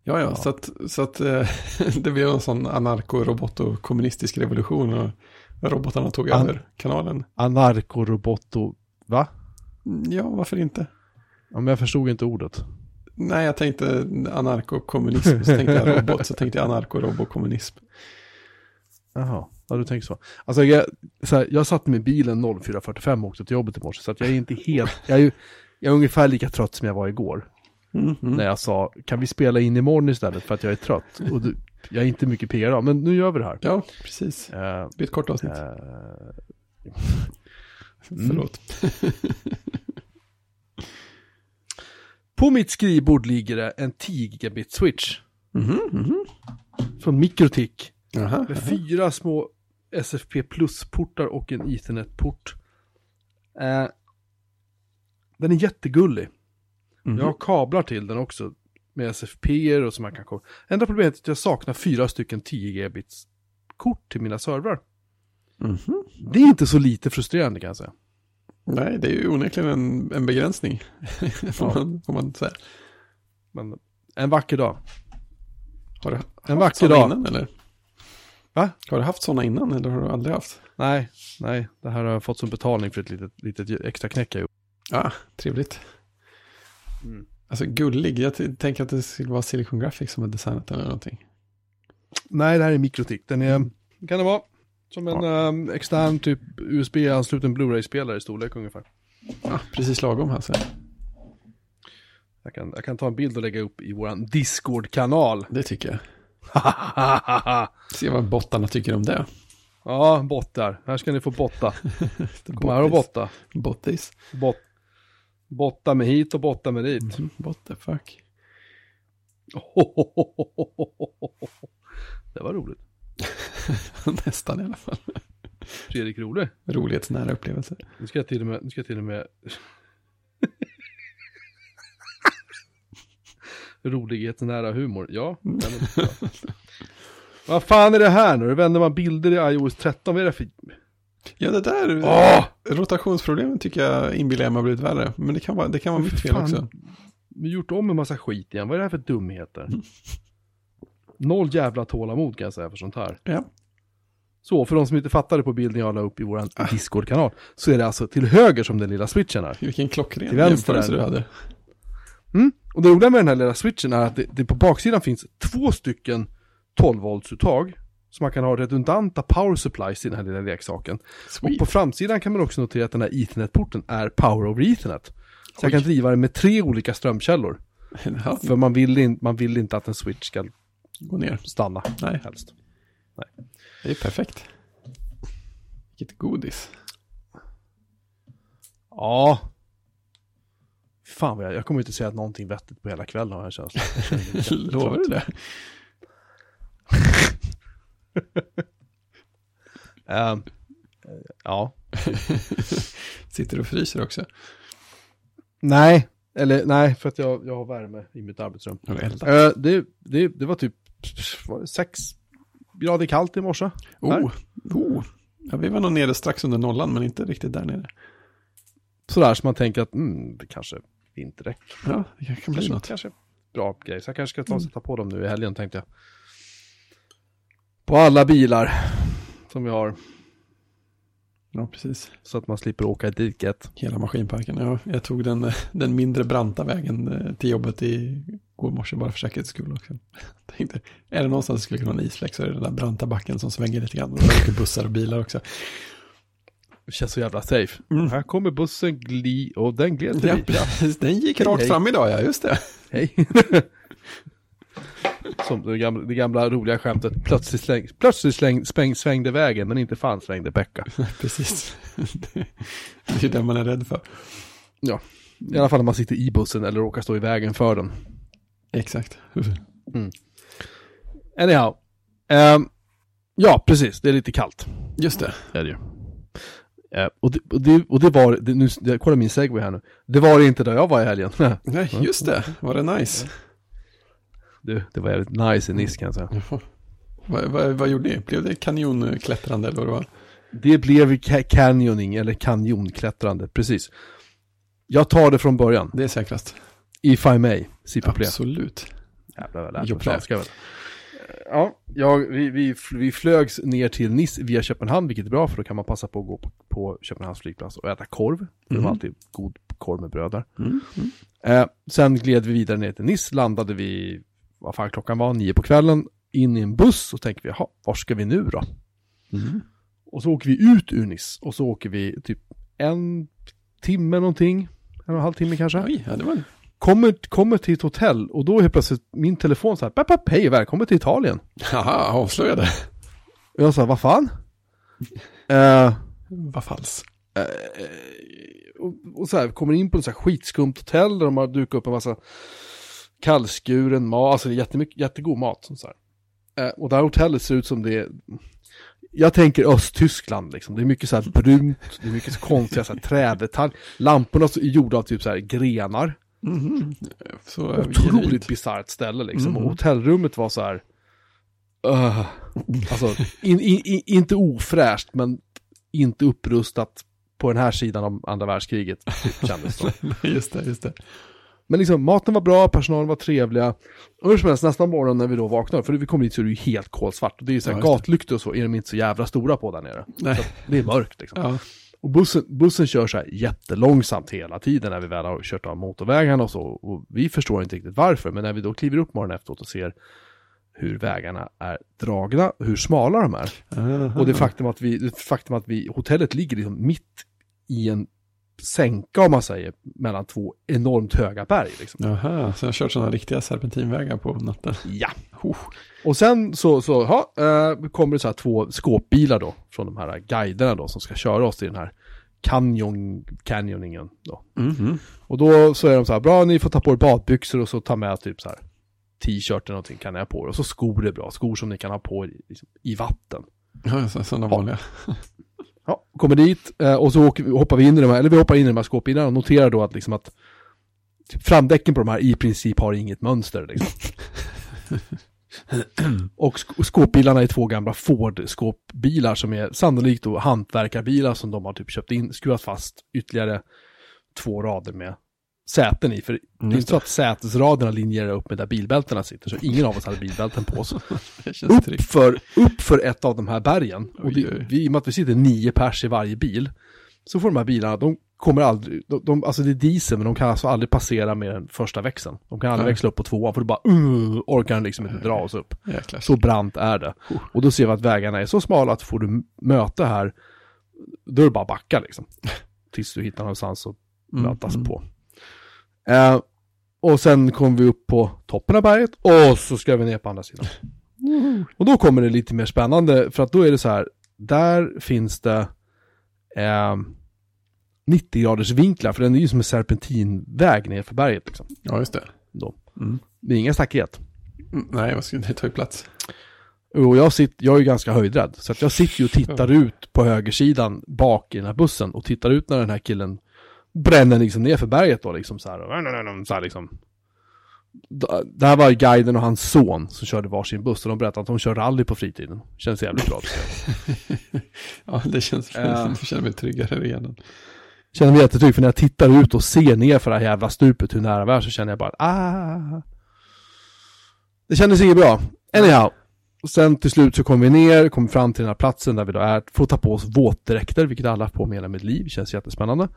Ja. Så att det blev en sån anarko-robot och kommunistisk revolution och robotarna tog över kanalen. Anarko-robot och... Va? Ja, varför inte? Ja, men jag förstod inte ordet. Nej, jag tänkte anarko-kommunism, så tänkte jag robot, så tänkte jag anarko-robokommunism. Jaha, ja, du tänker så. Alltså jag satt med bilen 04:45 och åkte till jobbet i morse, så att jag är inte helt... Jag är ungefär lika trött som jag var igår. När jag sa, kan vi spela in imorgon istället för att jag är trött? Och jag är inte mycket piggare, men nu gör vi det här. Ja, precis. Det blir ett kort avsnitt. Förlåt. På mitt skrivbord ligger det en 10 gigabit switch. Från Mikrotik. Med 4 små SFP Plus-portar och en Ethernet-port. Den är jättegullig. Jag har kablar till den också. Med SFP-er och som man kan koppla. Enda problemet är att jag saknar 4 stycken 10 gigabits kort till mina servrar. Det är inte så lite frustrerande, kan jag säga. Nej, det är ju onekligen en begränsning. får man säga. Men en vacker dag. Har du en vacker dag innan, eller? Va? Har du haft sådana innan, eller har du aldrig haft? Nej. Det här har jag fått som betalning för ett litet extra knäck jag gjort. Ja, trevligt. Alltså gullig, jag tänker att det skulle vara Silicon Graphics som har designat eller någonting. Nej, det här är Mikrotik. Den är, kan det vara som en extern typ USB-ansluten Blu-ray-spelare i storlek ungefär. Ja, precis lagom här så. Jag kan ta en bild och lägga upp i våran Discord-kanal. Det tycker jag. Se vad bottarna tycker om det. Ja, bottar. Här ska ni få botta. Kom här och botta. Bottis. Botta med hit och botta med dit. What the fuck? Det var roligt. Nästan i alla fall. Fredrik rolig. Rolighetsnära upplevelse. Nu ska jag till och med rolighetsnära humor. Ja. Vad fan är det här nu? Vänder man bilder i iOS 13? Vad är det för... Ja, det där rotationsproblemen tycker jag inbillar mig har blivit värre. Men det kan vara mitt fel också. Vi har gjort om en massa skit igen. Vad är det här för dumheter? Noll jävla tålamod kan jag säga för sånt här. Ja. Så för de som inte fattade på bilden jag la upp i våran Discord-kanal, så är det alltså till höger som den lilla switchen är. Vilken klockren till vänster jämförelse du hade. Och det roliga med den här lilla switchen är att det på baksidan finns 2 stycken 12-voltsuttag. Så man kan ha redundanta power supplies i den här lilla leksaken. Sweet. Och på framsidan kan man också notera att den här Ethernet-porten är power over Ethernet. Så jag kan driva den med 3 olika strömkällor. Ja. För man vill inte att en switch ska gå ner. Stanna. Nej. Helst. Nej. Det är perfekt. Vilket godis. Ja. Fan vad jag kommer inte säga att någonting vettigt på hela kvällen har jag känslan. Lovar du det? Ja. Sitter du och fryser också? Nej, för att jag har värme i mitt arbetsrum. Det var typ 6 grader kallt i morse. Ja, vi var nog nere strax under nollan, men inte riktigt där nere. Sådär som man tänker att det kanske inte räcker. Ja, det kan bli något. Kanske bra grej. Så jag kanske ska ta och sätta på dem nu i helgen, tänkte jag. På alla bilar som vi har. Ja, precis. Så att man slipper åka i diket. Hela maskinparken. Ja, jag tog den mindre branta vägen till jobbet i går morse bara för säkerhets skull också. Jag tänkte, är det någonstans skulle kunna ha en isfläck så är det den där branta backen som svänger lite grann. Och det åker bussar och bilar också. Det känns så jävla safe. Här kommer bussen och den gled förbi. Ja, den gick rakt fram idag, ja, just det. Hej. Som det gamla roliga skämtet. Plötsligt svängde vägen, men inte fan svängde Becka. Precis. Det är det man är rädd för. Ja, i alla fall när man sitter i bussen eller råkar stå i vägen för den. Exakt. Anyhow. Ja, precis. Det är lite kallt. Just det. Det är det ju. Och det var nu, jag kollar min segway här nu. Det var inte där jag var i helgen. Nej, just det. Var det nice? Det var jävligt nice i Nice, kan jag säga. Vad gjorde ni? Blev det kanjonklättrande eller vad det var? Det blev canyoning eller kanjonklättrande, precis. Jag tar det från början. Det är säkrast. If I may, Absolut. Jävlar. Vi flögs ner till Nice via Köpenhamn, vilket är bra för då kan man passa på att gå på Köpenhamns flygplats och äta korv. Det var alltid god korv med bröd där. Sen gled vi vidare ner till Nice, landade vi, vad fan klockan var, 9 på kvällen, in i en buss och tänkte vi, var ska vi nu då? Och så åker vi ut ur Nice och så åker vi typ 1 timme någonting, 1,5 timme kanske. Oj, ja, det var... Kommer till ett hotell och då är plötsligt min telefon så här, hej, välkommen till Italien. Jaha, avslöjade. Och jag sa, vad fan? Vad falskt. Och så här, kommer in på en så här skitskumt hotell där de har dukat upp en massa kallskuren mat, alltså det är jättegod mat. Så här. Och det här hotellet ser ut som det, jag tänker Östtyskland liksom. Det är mycket så här brunt, det är mycket så konstiga så här trädetalj. Lamporna är gjorda av typ så här grenar. Så otroligt bisarrt ställe liksom. Och hotellrummet var så här alltså inte ofräscht men inte upprustat på den här sidan av andra världskriget typ, kändes det. Just det. Men liksom maten var bra, personalen var trevliga. Och hur som helst, nästa morgon när vi då vaknar, för vi kommer dit så är det ju helt kolsvart. Det är ju så här gatlyktor och så är de inte så jävla stora på där nere. Så det är mörkt liksom. Ja. Och bussen kör så här jättelångsamt hela tiden när vi väl har kört av motorvägarna och så. Och vi förstår inte riktigt varför, men när vi då kliver upp morgonen efteråt och ser hur vägarna är dragna, hur smala de är. Och det faktum att hotellet ligger liksom mitt i en sänka, om man säger, mellan 2 enormt höga berg. Liksom. Jaha, så jag har kört sådana riktiga serpentinvägar på natten. Ja. Och sen kommer det så här 2 skåpbilar då, från de här guiderna då, som ska köra oss till den här canyoningen då. Och då så är de så här, bra, ni får ta på er badbyxor och så ta med typ så här t-shirt eller någonting kan ni ha på er. Och så skor är bra, skor som ni kan ha på er i vatten. Ja, sådana vanliga. Ja, kommer dit och så hoppar vi in i de här skåpbilarna och noterar då att liksom att framdäcken på de här i princip har inget mönster liksom. Och skåpbilarna är 2 gamla Ford-skåpbilar som är sannolikt då hantverkarbilar som de har typ köpt in, skruvat fast ytterligare 2 rader med säten i, för det är inte så att sätesraderna linjerar upp med där bilbältena sitter, så ingen av oss hade bilbälten på oss. upp för ett av de här bergen, och i och med att vi sitter 9 pers i varje bil, så får de här bilarna, de kommer aldrig, alltså det är diesel, men de kan alltså aldrig passera med den första växeln. De kan aldrig växla upp på 2, för då bara orkar den liksom inte dra oss upp. Jäklar. Så brant är det. Och då ser vi att vägarna är så smala att får du möte här, då är det bara backa liksom. Tills du hittar någonstans att mötas på. Och sen kommer vi upp på toppen av berget och så ska vi ner på andra sidan. Och då kommer det lite mer spännande, för att då är det så här, där finns det 90 graders vinklar, för den är ju som en serpentinväg ner för berget liksom. Ja, just det. Då. Det är inga staket. Nej, vad ska det ta i plats? Och jag är ju ganska höjdrädd, så att jag sitter ju och tittar ut på högersidan bak i den här bussen och tittar ut när den här killen bränner liksom ner för berget då liksom så här liksom. Det här var guiden och hans son som körde varsin buss, och de berättade att de kör rally på fritiden. Känns jävligt bra. Ja, det känns jag känner mig tryggare redan. Känner mig jättetrygg, för när jag tittar ut och ser ner för det här jävla stupet hur nära vi är, så känner jag bara det kändes inget bra. Anyhow. Och sen till slut så kommer vi fram till den här platsen där vi då är, får ta på oss våtdräkter, vilket alla har på med hela mitt liv. Känns jättespännande.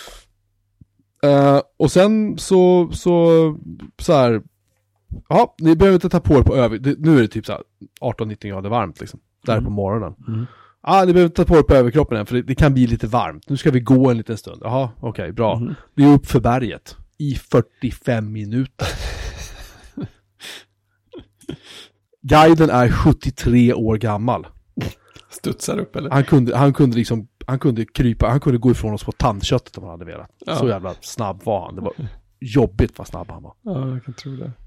Och sen så här, ja, ni behöver inte ta på er på nu är det typ så här 18-19 grader varmt liksom, där på morgonen. Ni behöver inte ta på er på överkroppen än, för det kan bli lite varmt. Nu ska vi gå en liten stund. Jaha, okej, bra. Vi är upp för berget i 45 minuter. Guiden är 73 år gammal. Studsar upp eller? Han kunde krypa, han kunde gå ifrån oss på tandköttet om han hade velat. Ja. Så jävla snabb var han. Det var jobbigt vad snabb han var. Ja, jag kan tro det.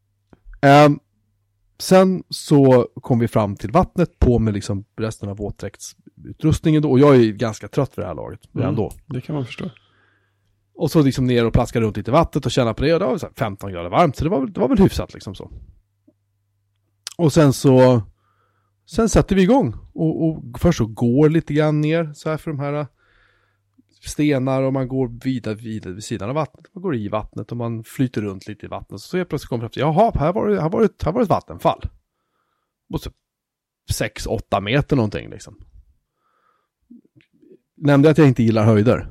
Sen så kom vi fram till vattnet på med liksom resten av våtdräktsutrustningen då, och jag är ganska trött för det här laget redan då. Det kan man förstå. Och så liksom ner och plaska runt lite i vattnet och känna på det, och det var så 15 grader varmt, så det var väl hyfsat liksom så. Och sen sätter vi igång och först så går lite grann ner så här för de här stenar och man går vidare vid sidan av vattnet. Man går i vattnet och man flyter runt lite i vattnet. Så helt plötsligt kommer det fram till, jaha, här var det ett vattenfall. Och så 6-8 meter någonting liksom. Nämnde att jag inte gillar höjder.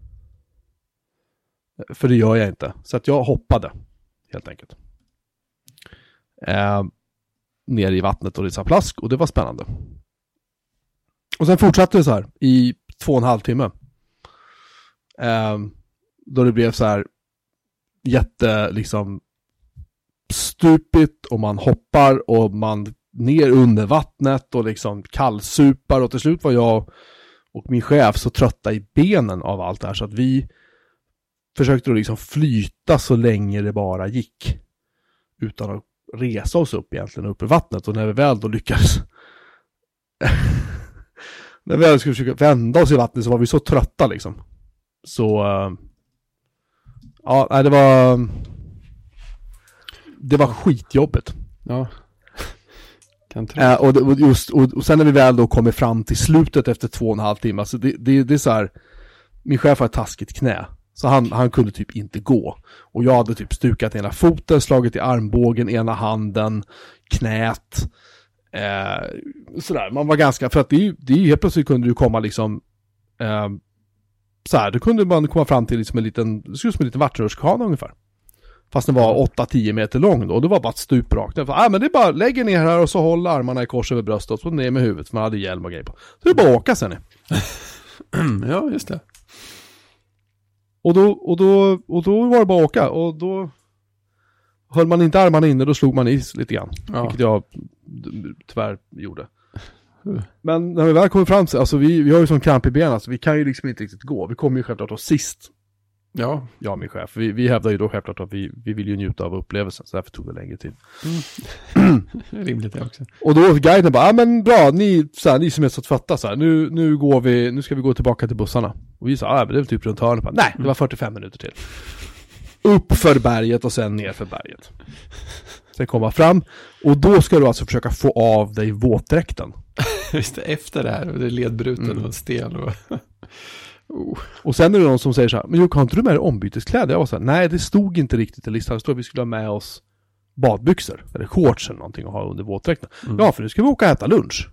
För det gör jag inte. Så att jag hoppade, helt enkelt. Ner i vattnet och det sa plask och det var spännande. Och sen fortsatte det så här i 2,5 timme. Då det blev så här liksom stupigt och man hoppar och man ner under vattnet och liksom kallsupar och till slut var jag och min chef så trötta i benen av allt det här så att vi försökte då liksom flyta så länge det bara gick utan att resa oss upp egentligen upp i vattnet och när vi väl då lyckades när vi väl skulle försöka vända oss i vattnet så var vi så trötta liksom. Så ja, det var skitjobbigt. Ja. Och sen när vi väl då kommer fram till slutet efter 2,5 timmar så det är så här, min chef har ett taskigt knä så han kunde typ inte gå och jag hade typ stukat ena foten, slagit i armbågen, ena handen, knät sådär, man var ganska, för att det är ju helt plötsligt kunde du komma liksom så här, då kunde man komma fram till liksom en liten vattenrutschkana ungefär. Fast den var 8-10 meter lång då. Och det var bara ett stup rakt. Men det är bara lägger ner här och så håller armarna i kors över bröstet och så ner med huvudet. För man hade hjälm och grejer på. Så det är bara att åka sen. Ja, just det. Och då var det bara att åka. Och då höll man inte armarna inne, då slog man is lite grann. Ja. Vilket jag tyvärr gjorde. Men när vi väl kommer fram till, alltså vi har ju sån kramp i benen, så vi kan ju liksom inte riktigt gå. Vi kommer ju självklart sist. Ja, jag och min chef. Vi hävdar ju då självklart att vi vill ju njuta av upplevelsen, så därför tog det längre tid. Rimligt det också. Och då guiden bara, men bra, ni som är så fatta så här, nu ska vi gå tillbaka till bussarna. Och vi sa, men det är väl typ runt hörnet. Nej, det var 45 minuter till. Upp för berget och sen ner för berget. Sen komma fram, och då ska du alltså försöka få av dig våtdräkten. Just det, efter det här, och det är ledbruten och stel och... Och sen är det någon som säger så här, men Jocke, har inte du med dig ombyteskläder? Jag var så här, nej, det stod inte riktigt i listan. Det stod att vi skulle ha med oss badbyxor eller shorts eller någonting att ha under våtdräkten. Ja, för nu ska vi åka och äta lunch.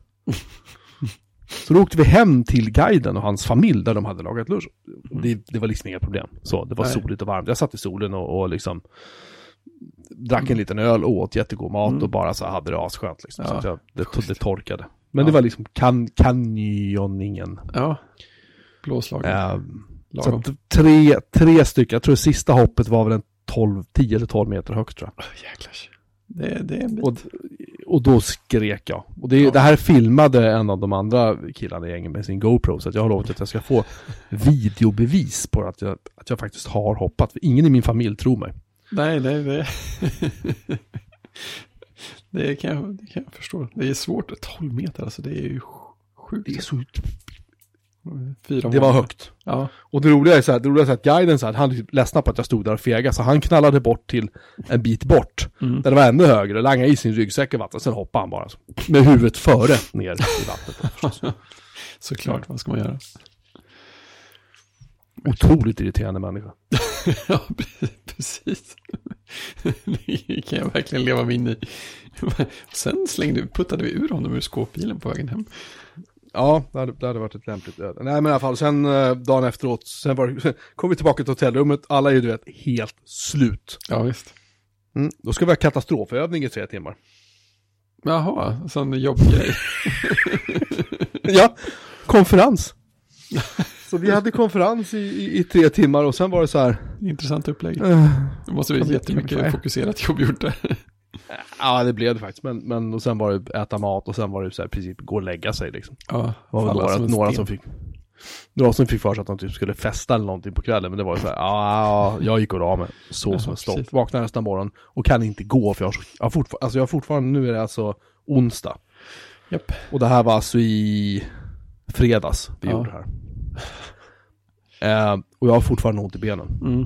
Så då åkte vi hem till guiden och hans familj där de hade lagat lunch. Det var liksom inga problem. Så det var soligt och varmt. Jag satt i solen och liksom drack en liten öl och åt jättegod mat och bara så hade det asskönt liksom. Så att det torkade. Men det var liksom kanjoningen. Ja. Blåslag. Så tre stycken. Jag tror det sista hoppet var väl en 10 eller 12 meter högt, tror jag. Jäklars. Det är en bit. Och då skrek jag. Och det här filmade en av de andra killarna i gängen med sin GoPro. Så att jag har lovat att jag ska få videobevis på att jag faktiskt har hoppat. För ingen i min familj tror mig. Nej. Det kan jag förstå. Det är svårt. 12 meter, alltså det är ju sjukt. Det är så... 4 det var högt. Ja. Och det roliga är så att guiden så här, han ledsnade på att jag stod där och fega, så han knallade bort till en bit bort där det var ännu högre, langade i sin ryggsäck i vattnet, sen hoppade han bara med huvudet före ner i vattnet. Såklart, vad ska man göra? Otroligt irriterande människa. Ja, precis. Det kan jag verkligen leva mig in i. Sen puttade vi ur honom ur skåpbilen på vägen hem. Ja, det hade varit ett lämpligt öde. Nej, men i alla fall, sen dagen efteråt, sen kom vi tillbaka till hotellrummet. Alla är ju, du vet, helt slut. Ja, visst. Då ska vi ha katastrofövning i 3 timmar. Jaha, sån jobbgrej. Ja, konferens. Så vi hade konferens i 3 timmar och sen var det så här. Intressant upplägg. Det måste bli jättemycket fokuserat jobb gjort där. Ja, det blev det faktiskt. Men och sen var det äta mat och sen var det så här, i princip gå och lägga sig liksom. Ja, några som fick för sig att de typ skulle festa eller någonting på kvällen, men det var så här, jag gick och la mig som en stopp. Vaknade nästa morgon och kan inte gå för jag har fortfarande, nu är det alltså onsdag. Japp. Och det här var alltså i fredags vi gjorde det här. Och jag har fortfarande ont i benen.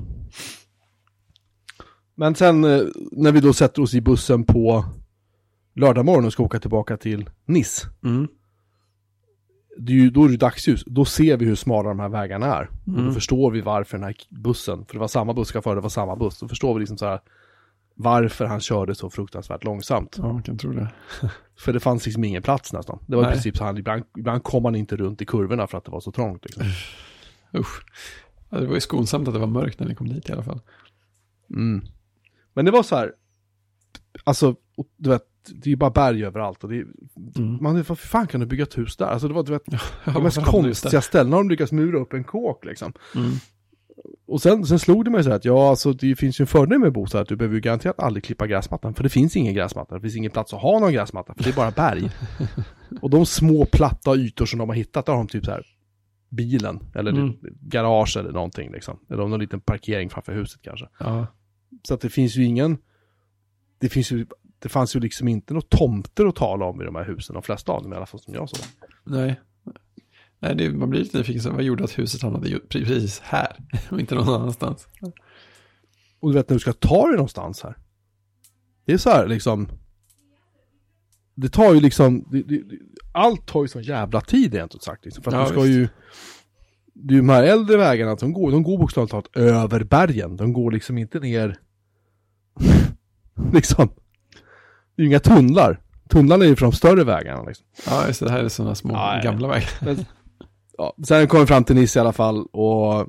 Men sen när vi då sätter oss i bussen på lördag morgon och ska åka tillbaka till Nice. då är det dagsljus. Då ser vi hur smala de här vägarna är. Och då förstår vi varför den här bussen, för det var samma busschaufför, det var samma buss. Då förstår vi liksom så här varför han körde så fruktansvärt långsamt. Ja, man kan tro det. För det fanns liksom ingen plats nästan. Det var i princip så han ibland kom han inte runt i kurvorna för att det var så trångt liksom. Usch. Ja, det var ju skonsamt att det var mörkt när ni kom dit i alla fall. Men det var så här, alltså, du vet, det är ju bara berg överallt och det är, vad fan kan du bygga ett hus där? Alltså det var, du vet, de mest konstiga ställen har de lyckats mura upp en kåk liksom. Och sen slog det mig så här att alltså det finns ju en fördel med bo så här att du behöver ju garanterat aldrig klippa gräsmattan, för det finns ingen gräsmatta, det finns ingen plats att ha någon gräsmatta, för det är bara berg. Och de små platta ytor som de har hittat, där har de typ så här bilen eller garage eller någonting liksom, eller någon liten parkering framför huset kanske. Ja. Så att det finns ju ingen, det fanns ju liksom inte något tomter att tala om i de här husen, de flesta av dem i alla fall som jag sa. Nej, man blir lite nyfiken, så vad gjorde att huset hamnade precis här och inte någon annanstans? Och du vet när du ska ta dig någonstans här. Det är så här liksom, det tar ju liksom, allt tar ju så jävla tid egentligen sagt liksom, för att du ska ju, det är ju de här äldre vägarna som de går bokstavligt talat över bergen, de går liksom inte ner liksom, det är ju inga tunnlar. Tunnlarna är ju från de större vägarna liksom. Ja, just det här är sådana små gamla vägar. Men, sen kom vi fram till Nice i alla fall och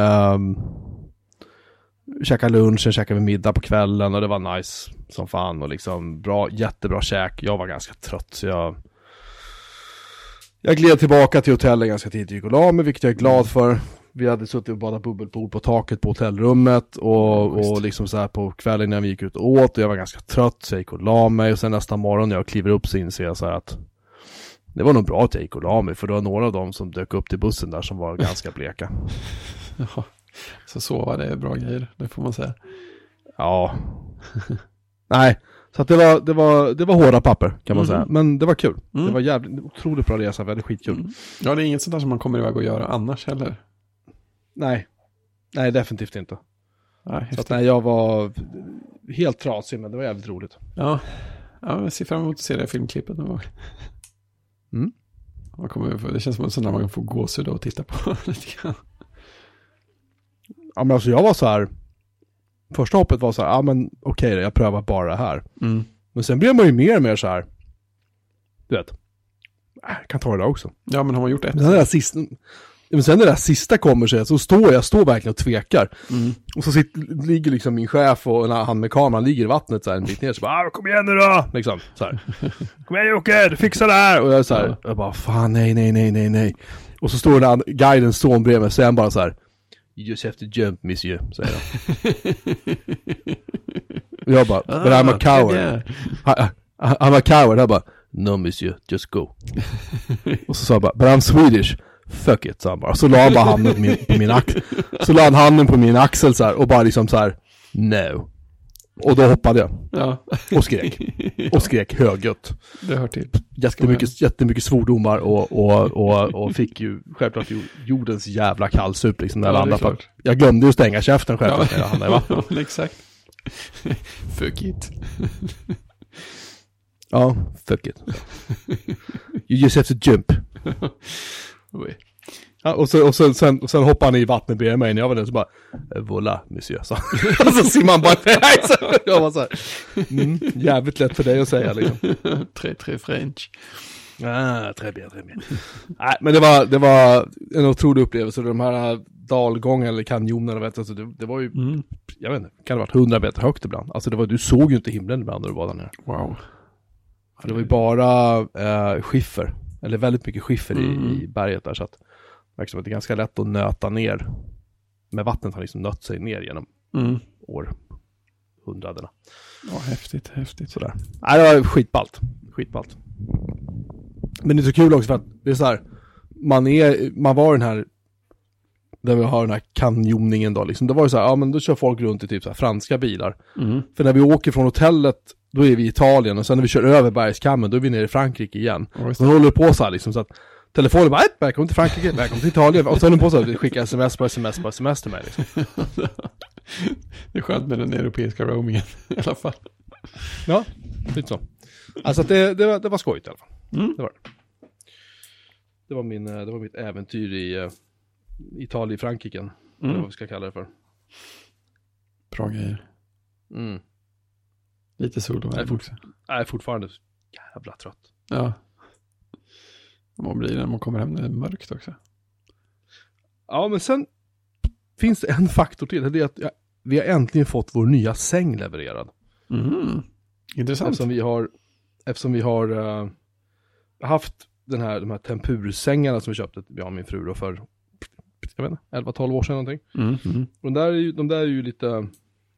käkade lunch, sen käkade vi middag på kvällen och det var nice som fan och liksom bra, jättebra käk. Jag var ganska trött så jag gled tillbaka till hotellet ganska tidigt, gick och la mig, vilket jag är glad för. Vi hade suttit och badat bubbelpool på taket på hotellrummet och liksom så här på kvällen när vi gick ut och åt och jag var ganska trött så jag gick och la mig och sen nästa morgon när jag kliver upp så inser jag så här att det var nog bra att jag gick och la mig, för det var några av dem som dök upp till bussen där som var ganska bleka. Ja, så sova, det är bra grejer, det får man säga. Ja. Nej, så att det var hårda papper kan man säga, men det var kul. Det var jävligt otroligt bra resa, vi hade skitkul. Ja, det är inget sånt där som man kommer iväg och göra annars heller. Nej, definitivt inte. Ja, så att nej, jag var helt trasig, men det var jävligt roligt. Ja, jag ser fram emot att se det filmklippet någon gång. Det känns som en sån där man får gåshud och titta på lite grann. Ja, men alltså jag var så här, första hoppet var så här, men okej, jag prövar bara det här. Men sen blev man ju mer och mer så här, du vet, jag kan ta det där också. Ja, men har man gjort det? Men sen när det där sista kommer så så står verkligen och tvekar. Och så ligger liksom min chef och han med kameran ligger i vattnet så här en bit ner så bara, kom igen nu då! Liksom, så här. Kom igen Jocke, du fixar det här! Och jag så här, jag bara, fan nej. Och så står den här guidens son bredvid mig, så är han bara så här, you just have to jump, monsieur, säger han. Och jag bara, but I'm a coward. I'm a coward. Jag bara, no monsieur, just go. Och så sa jag bara, but I'm Swedish. Fuck it, sa han bara. Så la han bara handen på min axel. Så la han handen på min axel så här, och bara liksom så här, no. Och då hoppade jag. Ja. Och skrek. Och skrek högljutt. Det hör till. Jättemycket svordomar och fick ju självklart jordens jävla kallsup liksom när alla andra. Jag glömde ju stänga käften självklart när jag hamnade i vattnet. Ja, exakt. Fuck it. Ja, fuck it. You just have to jump. Ja, och sen hoppade han i vattnet bredvid mig när jag var där så bara, voilà, monsieur, så. Och så ser man bara, jag var så här, jävligt lätt för dig att säga liksom. Très French. Très bien. Nej, men det var en otrolig upplevelse. De här dalgångarna eller kanjonerna, vet du, alltså det var ju, jag vet inte, kan det ha varit 100 meter högt ibland. Alltså du såg ju inte himlen ibland när du var där nere. Wow. För det var ju bara skiffer. Eller väldigt mycket skiffer i berget där, så att det är ganska lätt att nöta ner. Men vattnet har liksom nött sig ner genom århundradena. Ja, häftigt. Sådär. Nej, det var skitballt. Men det är så kul också för att det är så här, man var den här, där vi har den här kanjoningen då liksom. Det var ju så här, men då kör folk runt i typ så här franska bilar. För när vi åker från hotellet, då är vi i Italien, och sen när vi kör över bergskammen, då är vi nere i Frankrike igen. Så håller det på så här liksom, så att telefonen bara, välkommen till Frankrike, välkommen till Italien. Och så håller de på så att skicka sms till mig liksom. Det är skönt med den europeiska roamingen i alla fall. Ja, lite så. Alltså att det var skojigt i alla fall. Det var det. Det var mitt äventyr i Italien, Frankrike. Eller vad vi ska kalla det för. Bra grejer. Mm. Lite sol och värme också. Jag är fortfarande jävla trött. Ja. Vad blir det när man kommer hem när det är mörkt också? Ja, men sen finns det en faktor till. Det är att vi har äntligen fått vår nya säng levererad. Intressant. Eftersom vi har haft de här tempursängarna som vi köpte, jag och min fru då för, jag vet inte, 11-12 år sedan någonting. Och de där är ju lite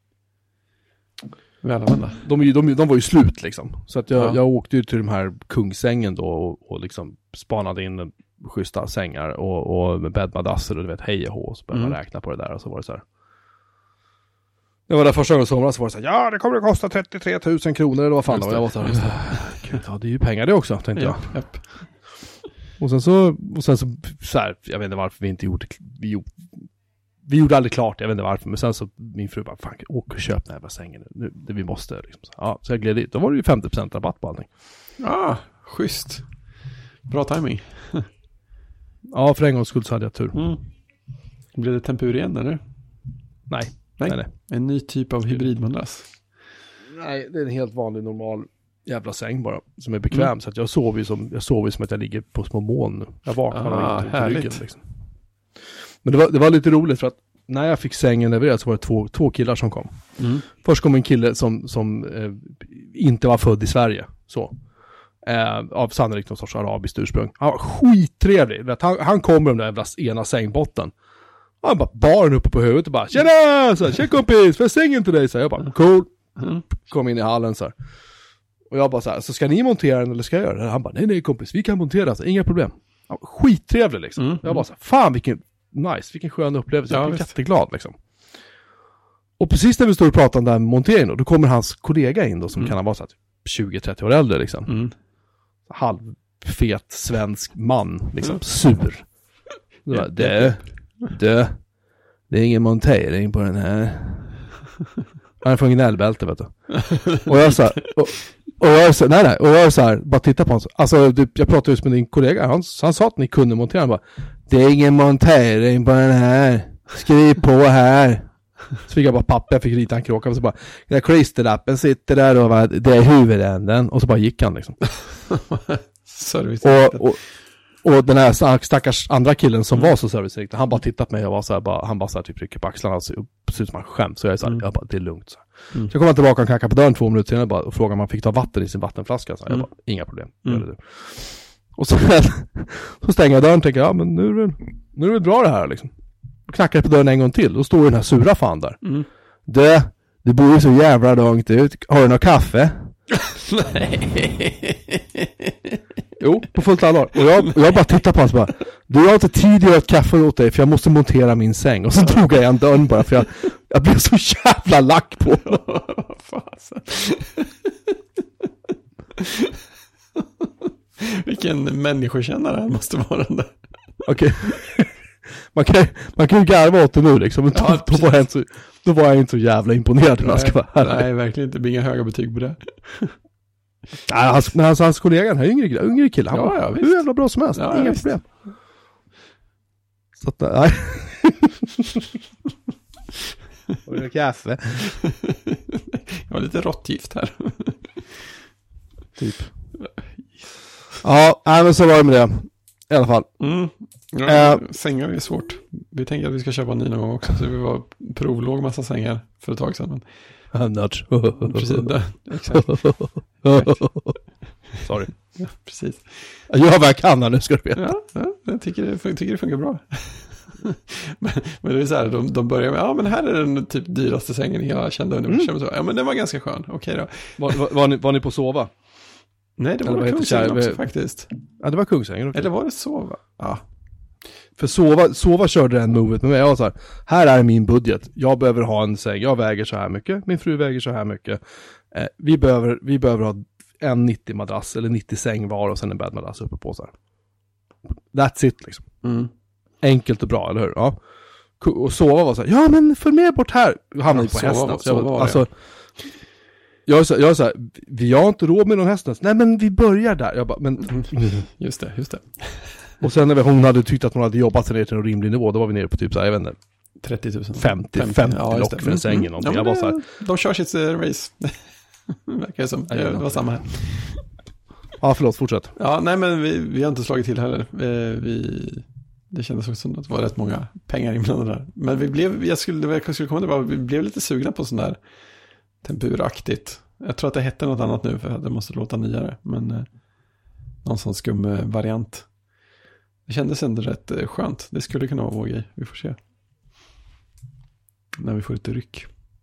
välanvända. De var ju slut liksom. Så att jag åkte ju till de här Kungsängen då och liksom spanade in schyssta sängar och bäddmadrasser och du vet, hej och hå, så började man räkna på det där och så var det så här. Jag var där första gången i somras, så var det så här, ja, det kommer att kosta 33 000 kronor eller vad fan det var. Jag var så här, gud, ja, det är ju pengar det också, tänkte jag. Japp. Och sen så här, jag vet inte varför vi inte gjorde, vi gjorde aldrig klart, jag vet inte varför, men sen så min fru bara, fan, åk och köp den här jävla sängen nu, det vi måste liksom. Så jag gled dit, då var det ju 50% rabatt på allting. Schysst. Bra timing. Ja, för en gångs skull så hade jag tur. Blev det tempur igen, eller? Nej. En ny typ av hybridmadrass. Nej, det är en helt vanlig, normal jävla säng bara, som är bekväm. Så att jag sover ju som att jag ligger på små moln. Jag vaknar inte på ryggen liksom. Men det var lite roligt för att när jag fick sängen levererad så var det två killar som kom. Först kom en kille som inte var född i Sverige. Så. Av sannolikt någon sorts arabiskt ursprung. Han var skittrevlig. Han kom med den där jävla ena sängbotten. Han bara bar den uppe på huvudet och bara, tjena! Så här, tjena kompis, för sängen till dig. Så här, jag bara, cool. Kom in i hallen så här. Och jag bara så här, så ska ni montera den eller ska jag göra det? Han bara, nej kompis, vi kan montera den, inga problem. Han var skittrevlig liksom. Jag bara så här, fan vilken skön upplevelse. Jag blev jätteglad liksom. Och precis när vi står och pratar om den här monteringen då kommer hans kollega in då, som kan ha varit så här 20-30 år äldre liksom. Halvfet svensk man liksom, sur. Det är ingen montering på den här. Han är från gnällbälte, vet du. Och jag så här, och jag så nej, och jag så här, bara titta på honom. Alltså jag pratade just med din kollega, han sa att ni kunde montera, han bara, det är ingen montering på den här. Skriv på här. Så fick jag bara papper, jag fick rita en kråka och så bara, den där klisterlappen sitter där och det är huvudänden, och så bara gick han liksom. Och den här stackars andra killen som var så servicerikt, han bara tittat på mig och var så här, han bara så här, typ rycker på axlarna och ser ut som han skämt. Så jag är så här, jag bara, det är lugnt. Så jag kommer tillbaka och knackar på dörren 2 minuter senare och frågar om man fick ta vatten i sin vattenflaska. Så jag bara, inga problem. Och så stänger jag dörren och tänker, ja men nu är det bra det här liksom. Och knackar på dörren en gång till, då står den här sura fan där. Det bor ju så jävla långt ut. Har du något kaffe? Jo, på fullt allvar. Och jag bara tittar på honom och bara, du har inte tid att göra ett kaffe åt dig för jag måste montera min säng. Och så drog jag en dörren bara för jag blev så jävla lack på. Vilken människokännare han måste vara den där. Okej. Man kan ju garva åt det nu liksom. Då var jag inte så jävla imponerad. Nej, verkligen inte. Inga höga betyg på det. Nej, hans kollega, den här yngre killen, han var hur jävla bra som helst. Inga problem. Så att, nej. Har du kaffe? Jag har lite råttgift här. Typ. Ja, men så var det med det. I alla fall. Sängar är svårt. Vi tänker att vi ska köpa en ny någon gång också. Så vi var provlåg massa sängar för ett tag sedan. Nudge. Precis, exakt. Sorry. Ja, precis. Jag gör vad jag kan nu, ska du veta. Ja, jag tycker det funkar bra. men det är så här, de börjar med, men här är den typ dyraste sängen i hela kända universum. Ja, men den var ganska skön. Okej då. Var ni på sova? Nej, det var Kungsängen också faktiskt. Ja, det var Kungsängen. Eller var det Sova? Ja. För Sova körde den movet med mig. Jag var så här är min budget. Jag behöver ha en säng. Jag väger så här mycket. Min fru väger så här mycket. Vi behöver ha en 90-madrass eller 90 säng var och sen en bäddmadrass uppe på så här. That's it liksom. Enkelt och bra, eller hur? Ja. Och Sova var så här, ja men följ med bort här. Hamnade på hästen. Jag är så här, vi har inte råd med någon hästen. Nej men vi börjar där. Jag bara, men... Just det. Och sen när hon hade tyckt att hon hade jobbat sig ner till en rimlig nivå, då var vi nere på typ så här, jag vet inte, 30 000. 50 lock för en säng eller någonting. Ja, jag var så här, de kör sitt race. Verkar som. Det var samma här. Ja, förlåt, fortsätt. Ja, nej men vi har inte slagit till heller. Det kändes också som att det var rätt många pengar inblandade där. Men jag skulle komma till, vi blev lite sugna på sån där tempuraktigt. Jag tror att det hette något annat nu för att det måste låta nyare. Men någon sån skum variant. Det kändes ändå rätt skönt. Det skulle kunna vara vår grej. Vi får se. När vi får ett ryck.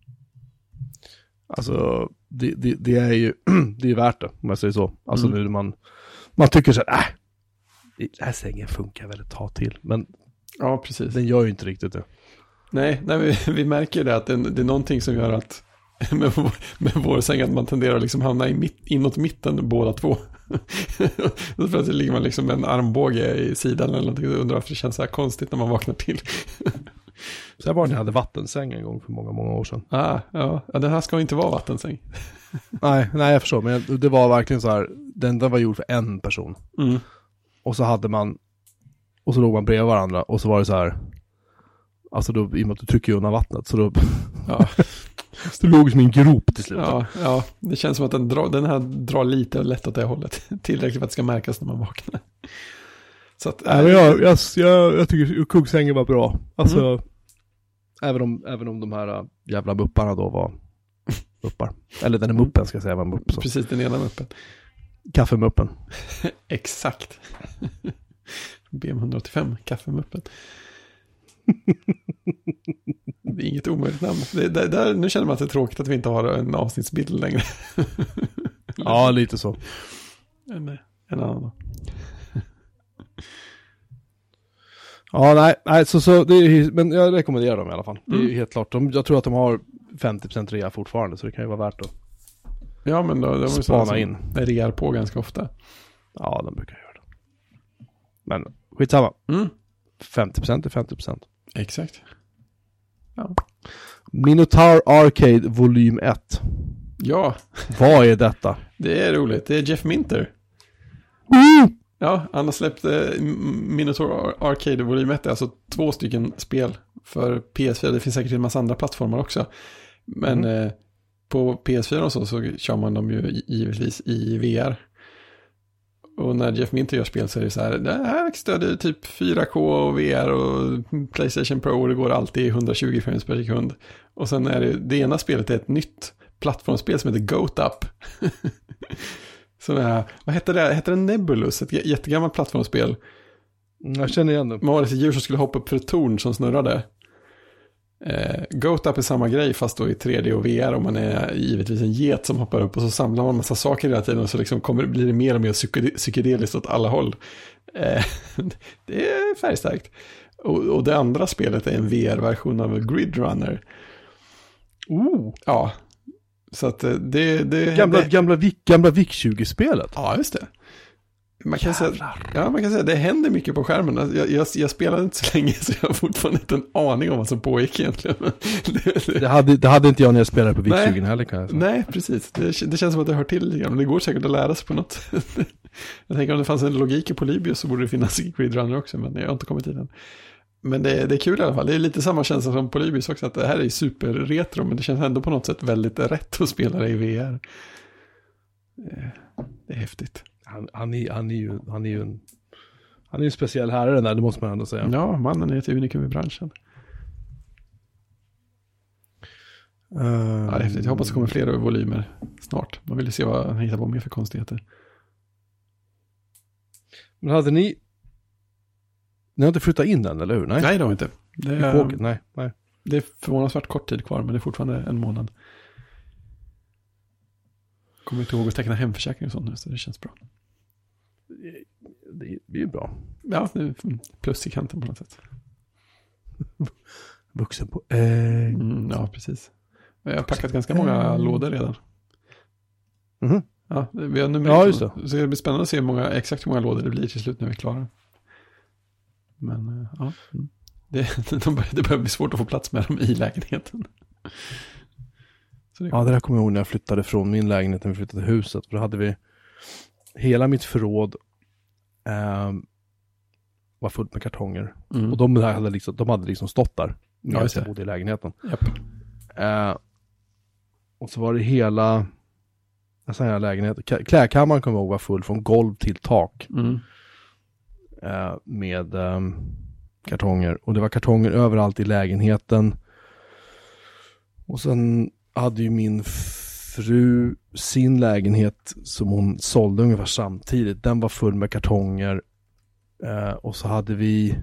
Alltså, det är ju det är värt det, om jag säger så. Alltså nu man tycker så här, den här sängen funkar väl ett tag till. Men ja, precis. Den gör ju inte riktigt det. Nej vi märker det att det är någonting som gör att med vår säng att man tenderar att liksom hamna inåt mitten båda två. Då plötsligt ligger man liksom med en armbåge i sidan eller någonting och undrar varför det känns så här konstigt när man vaknar till. Så här var det när jag hade vattensäng en gång för många år sedan. Ja, det här ska inte vara vattensäng. nej, jag förstår. Men det var verkligen så här, den var gjord för en person. Mm. Och så hade man, och så låg man bredvid varandra och så var det så här, alltså då, i och med att du trycker undan vattnet, så då det låg som en grop till slut. Ja, det känns som att den här drar lite lätt åt det hållet. Tillräckligt för att det ska märkas när man vaknar. Så att, jag tycker kuggsängen var bra. Alltså, även om de här jävla mupparna då var muppar. Eller den är muppen, ska jag säga. Mupp, så. Precis, den ena muppen. Kaffemuppen. Exakt. BM185, kaffemuppen. Det är inget omöjligt namn. Nu känner man att det är tråkigt att vi inte har en avsnittsbild längre. Ja, lite så. En annan då. Ja, nej så det är, men jag rekommenderar dem i alla fall. Det är ju helt klart. Jag tror att de har 50% rea fortfarande, så det kan ju vara värt att ja, men då spana in. Det rear på ganska ofta. Ja, de brukar göra det. Men skitsamma. 50% är 50%. Exakt. Ja. Minotaur Arcade volym 1. Ja. Vad är detta? Det är roligt. Det är Jeff Minter. Ja, han har släppt Minotaur Arcade volym 1. Alltså 2 stycken spel för PS4. Det finns säkert en massa andra plattformar också. Men på PS4 och så kör man dem ju givetvis i VR. Och när Jeff Minter gör spel så är det så här, det här stödjer typ 4K och VR och PlayStation Pro, och det går alltid 120 frames per sekund. Och sen är det ena spelet är ett nytt plattformsspel som heter Goat Up. Så vad hette det? Hette det Nebulus? Ett jättegammalt plattformsspel. Jag känner igen det. Man var ett djur som skulle hoppa upp för ett torn som snurrade. Goat Up är samma grej fast då i 3D och VR, och man är givetvis en get som hoppar upp och så samlar man en massa saker hela tiden och så liksom blir det mer och mer psykedeliskt åt alla håll. Det är färgstarkt. Och det andra spelet är en VR-version av Grid Runner. Ja. Så att gamla VIC 20-spelet. Ja, just det. Man kan säga det händer mycket på skärmen. Jag spelade inte så länge så jag har fortfarande inte en aning om vad som pågick egentligen. Det hade inte jag när jag spelade på VIC 20 heller, kan jag säga. Nej, precis. Det känns som att det hör till lite grann. Det går säkert att lära sig på något. Jag tänker om det fanns en logik i Polybius så borde det finnas i Grid Runner också, men jag har inte kommit till den. Men det är kul i alla fall. Det är lite samma känsla som Polybius också, att det här är super-retro, men det känns ändå på något sätt väldigt rätt att spela det i VR. Det är häftigt. Han är ju en speciell herre, den där, det måste man ändå säga. Ja, mannen är ett unikum i branschen. Ja, det är häftigt. Jag hoppas det kommer fler volymer snart. Man vill se vad han hittar på mer för konstigheter. Men hade ni har inte flyttat in den, eller hur? Nej, det har inte. Nej. Det är förvånansvärt kort tid kvar, men det är fortfarande en månad. Kommer inte ihåg att teckna hemförsäkring och sånt nu, så det känns bra. Det är ju bra. Ja, det är plus i kanten på något sätt. Vuxen på ja, precis. Jag har packat ganska många lådor redan. Ja, vi har nummer ja, just det. Så det blir spännande att se exakt hur många lådor det blir till slut när vi är klara. Men ja, det börjar bli svårt att få plats med dem i lägenheten. Det där kommer jag ihåg när jag flyttade från min lägenhet när vi flyttade till huset. För då hade vi hela mitt förråd var fullt med kartonger. Mm. Och de hade liksom stått där medan jag bodde i lägenheten. Japp. Och så var det hela lägenhet. Klädkammaren kommer jag ihåg var full från golv till tak. Mm. Med kartonger. Och det var kartonger överallt i lägenheten. Och sen hade ju min fru sin lägenhet som hon sålde ungefär samtidigt. Den var full med kartonger. Och så hade vi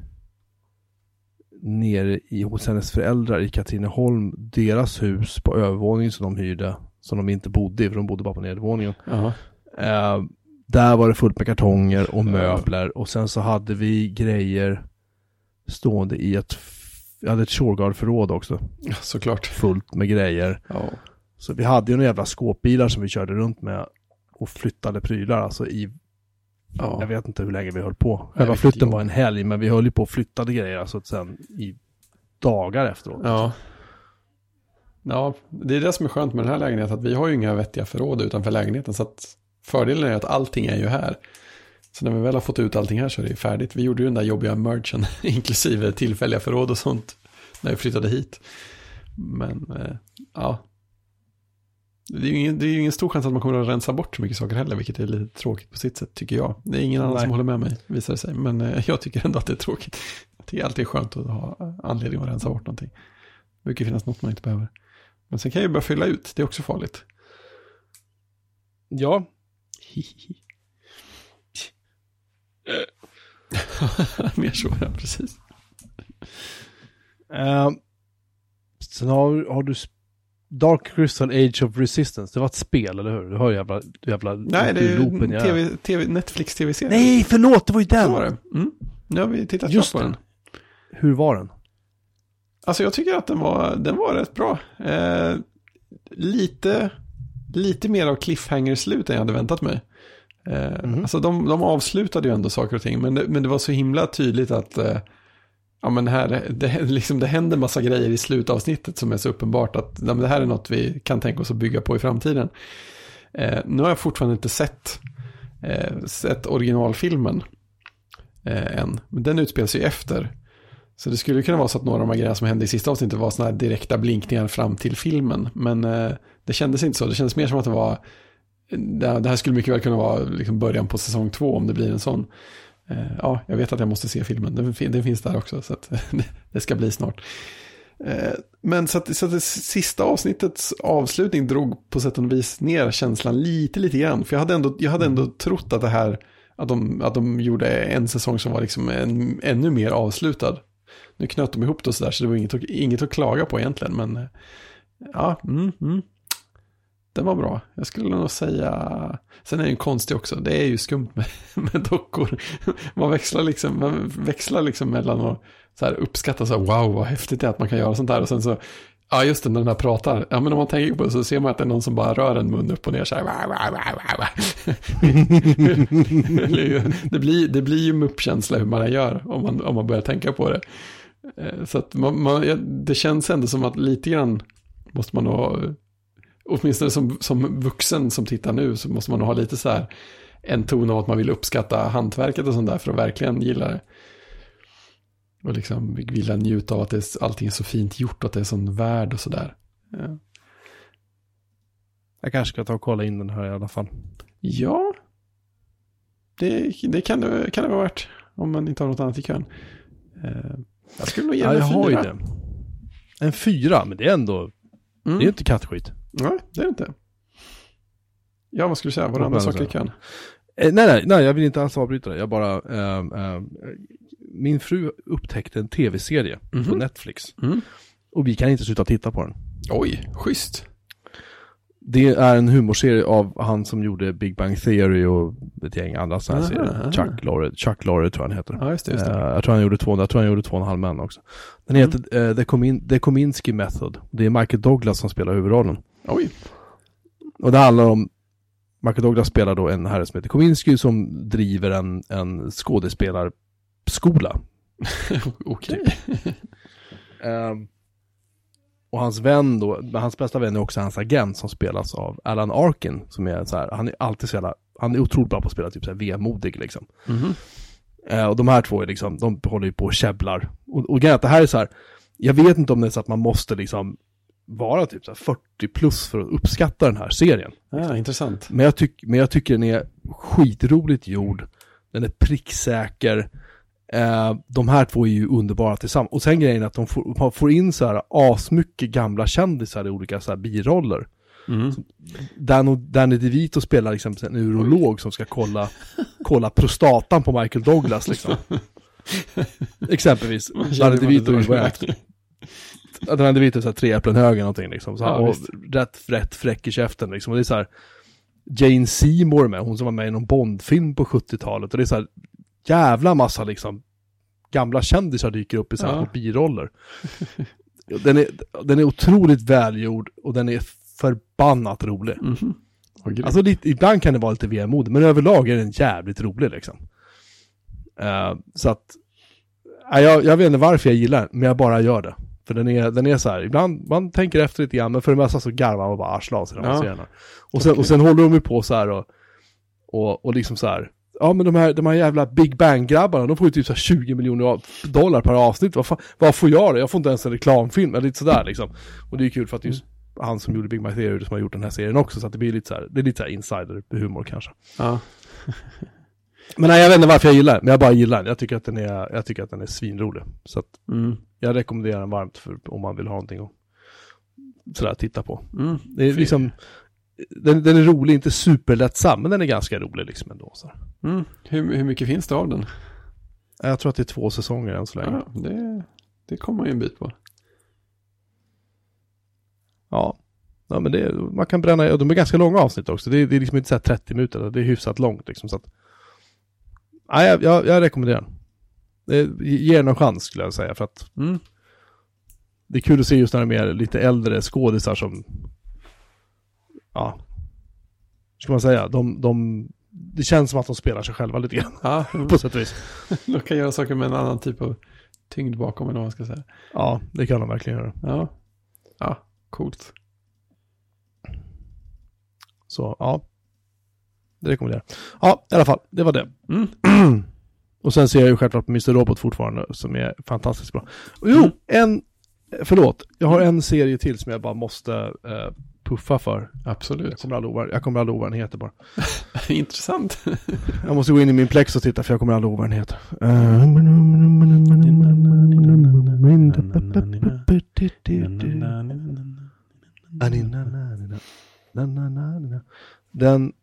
nere hos hennes föräldrar i Katrineholm deras hus på övervåningen som de hyrde. Som de inte bodde i, för de bodde bara på nedervåningen. Där var det fullt med kartonger och möbler. Och sen så hade vi grejer stående i jag hade ett Shurgard-förråd också. Ja, såklart. Fullt med grejer. Ja. Så vi hade ju några jävla skåpbilar som vi körde runt med och flyttade prylar. Alltså jag vet inte hur länge vi höll på. Själva flytten var en helg, men vi höll ju på och flyttade grejer alltså sen i dagar efteråt. Ja. Ja, det är det som är skönt med den här lägenheten, att vi har ju inga vettiga förråd utanför lägenheten, så att fördelen är att allting är ju här. Så när vi väl har fått ut allting här så är det färdigt. Vi gjorde ju den där jobbiga merchen, inklusive tillfälliga förråd och sånt, när vi flyttade hit. Men ja, det är ju ingen stor chans att man kommer att rensa bort så mycket saker heller, vilket är lite tråkigt på sitt sätt, tycker jag. Det är ingen annan som håller med mig, visar det sig. Men jag tycker ändå att det är tråkigt. Det är alltid skönt att ha anledning att rensa bort någonting. Det brukar finnas något man inte behöver. Men sen kan jag ju börja fylla ut, det är också farligt. Ja. Mer så, ja, precis. Sen har du Dark Crystal Age of Resistance. Det var ett spel, eller hur? Du har jävla nej, det är Netflix tv-serie. Nej, förlåt, det var ju den. Så var det. Nu har vi tittat just på den. Hur var den? Alltså jag tycker att den var rätt bra. Lite mer av cliffhanger-slut än jag hade väntat mig. Alltså de avslutade ju ändå saker och ting, men det var så himla tydligt att ja, men det händer massa grejer i slutavsnittet som är så uppenbart att det här är något vi kan tänka oss att bygga på i framtiden. Nu har jag fortfarande inte sett originalfilmen än, men den utspelas ju efter. Så det skulle kunna vara så att några av de här grejerna som hände i sista avsnittet var såna här direkta blinkningar fram till filmen. Men det kändes inte så. Det kändes mer som att det här skulle mycket väl kunna vara liksom början på säsong 2 om det blir en sån. Ja, jag vet att jag måste se filmen. Den finns där också, så att det ska bli snart. Men så att det sista avsnittets avslutning drog på sätt och vis ner känslan lite grann. För jag hade ändå trott att det här att de gjorde en säsong som var liksom ännu mer avslutad. Nu knöt de ihop det så där, så det var inget att klaga på egentligen, men ja, den var bra. Jag skulle nog säga, sen är det ju konstigt också, det är ju skumt med dockor. Man växlar liksom mellan att så här uppskatta så här, wow, vad häftigt det är att man kan göra sånt där, och sen så, ja just det, när den här pratar, ja men om man tänker på det så ser man att det är någon som bara rör en mun upp och ner så här. Det blir ju muppkänsla hur man gör om man börjar tänka på det. Så att det känns ändå som att lite grann måste man ha, åtminstone som vuxen som tittar nu, så måste man ha lite så här en ton av att man vill uppskatta hantverket och sånt där för att verkligen gilla det. Och liksom vilja njuta av att allting är så fint gjort och att det är sån värld och sådär. Ja. Jag kanske ska ta och kolla in den här i alla fall. Ja. Det kan det vara värt om man inte har något annat i kön. Jag skulle nog ge en 4. Jag har ju det. En 4, men det är ändå det är inte kattskit. Nej, det är det inte. Ja, vad skulle du säga? Var det andra saker i kön? Nej, jag vill inte alls avbryta det. Jag bara min fru upptäckte en tv-serie på Netflix. Och vi kan inte sluta titta på den. Oj, schysst. Det är en humorserie av han som gjorde Big Bang Theory och ett gäng andra sådana serier. Chuck Lorre tror jag han heter. Ja, just det. Jag tror han gjorde 2,5 män också. Den heter The Kominsky Method. Det är Michael Douglas som spelar huvudrollen. Oj. Och det handlar om Michael Douglas spelar då en herre som heter Kominsky som driver en skådespelarskola. Okej. Och hans vän då, hans bästa vän är också hans agent som spelas av Alan Arkin, som är så här, han är alltid så jävla, han är otroligt bra på att spela typ så här vemodig liksom. Och de här två är liksom, de håller ju på och käbblar. Och det här är så här, jag vet inte om det är så att man måste liksom vara typ så här 40 plus för att uppskatta den här serien. Ja, intressant. Men jag tycker den är skitroligt gjord. Den är pricksäker. De här två är ju underbara tillsammans. Och sen grejen är att de får in så här asmycket gamla kändisar i olika så här biroller. Danny DeVito spelar liksom en urolog som ska kolla prostatan på Michael Douglas liksom. Exempelvis. Danny DeVito är så här 3 äpplen hög eller någonting liksom. Så här, och rätt fräck i käften liksom. Och det är så här Jane Seymour med, hon som var med i någon Bondfilm på 70-talet. Och det är så här jävla massa liksom gamla kändisar dyker upp i sådana biroller. Den är otroligt välgjord och den är förbannat rolig. Alltså ibland kan det vara lite vemodig, men överlag är den jävligt rolig liksom. Så att jag vet inte varför jag gillar den, men jag bara gör det. För den är så här, ibland man tänker efter lite grann, men för det mesta så garvar man bara arsla av sig när man ser den. Och sen håller de ju på så här och liksom så här, ja men de här jävla Big Bang-grabbarna, de får ju typ så här $20 miljoner per avsnitt. Vad får jag då? Jag får inte ens en reklamfilm, eller lite sådär liksom. Och det är ju kul för att just han som gjorde Big Bang Theory som har gjort den här serien också, så att det blir lite så här, det är lite så här insider-humor kanske. Ja. Men nej, jag vet inte varför jag gillar den, men jag bara gillar den. Jag tycker att den är svinrolig. Så att jag rekommenderar den varmt om man vill ha någonting att sådär titta på. Det är liksom, den är rolig, inte superlättsam, men den är ganska rolig liksom ändå. Så. Hur mycket finns det av den? Jag tror att det är 2 säsonger än så länge. Ja, det kommer man ju en bit på. Ja, men man kan bränna, och de är ganska långa avsnitt också. Det är liksom inte så här 30 minuter, det är hyfsat långt liksom, så att jag rekommenderar den. Ge den en chans skulle jag säga, för att det är kul att se just när de är lite äldre skådisar som ska man säga, det känns som att de spelar sig själva lite grann på sätt och vis. De kan göra saker med en annan typ av tyngd bakom, eller vad man ska säga. Ja, det kan de verkligen göra. Ja, coolt. Så, det rekommenderar jag. Ja, i alla fall, det var det. Och sen ser jag ju självklart på Mr. Robot fortfarande, som är fantastiskt bra. Och jag har en serie till som jag bara måste puffa för. Absolut. Jag kommer aldrig ihåg vad den heter bara. Intressant. Jag måste gå in i min Plex och titta, för jag kommer aldrig ihåg vad den heter. Den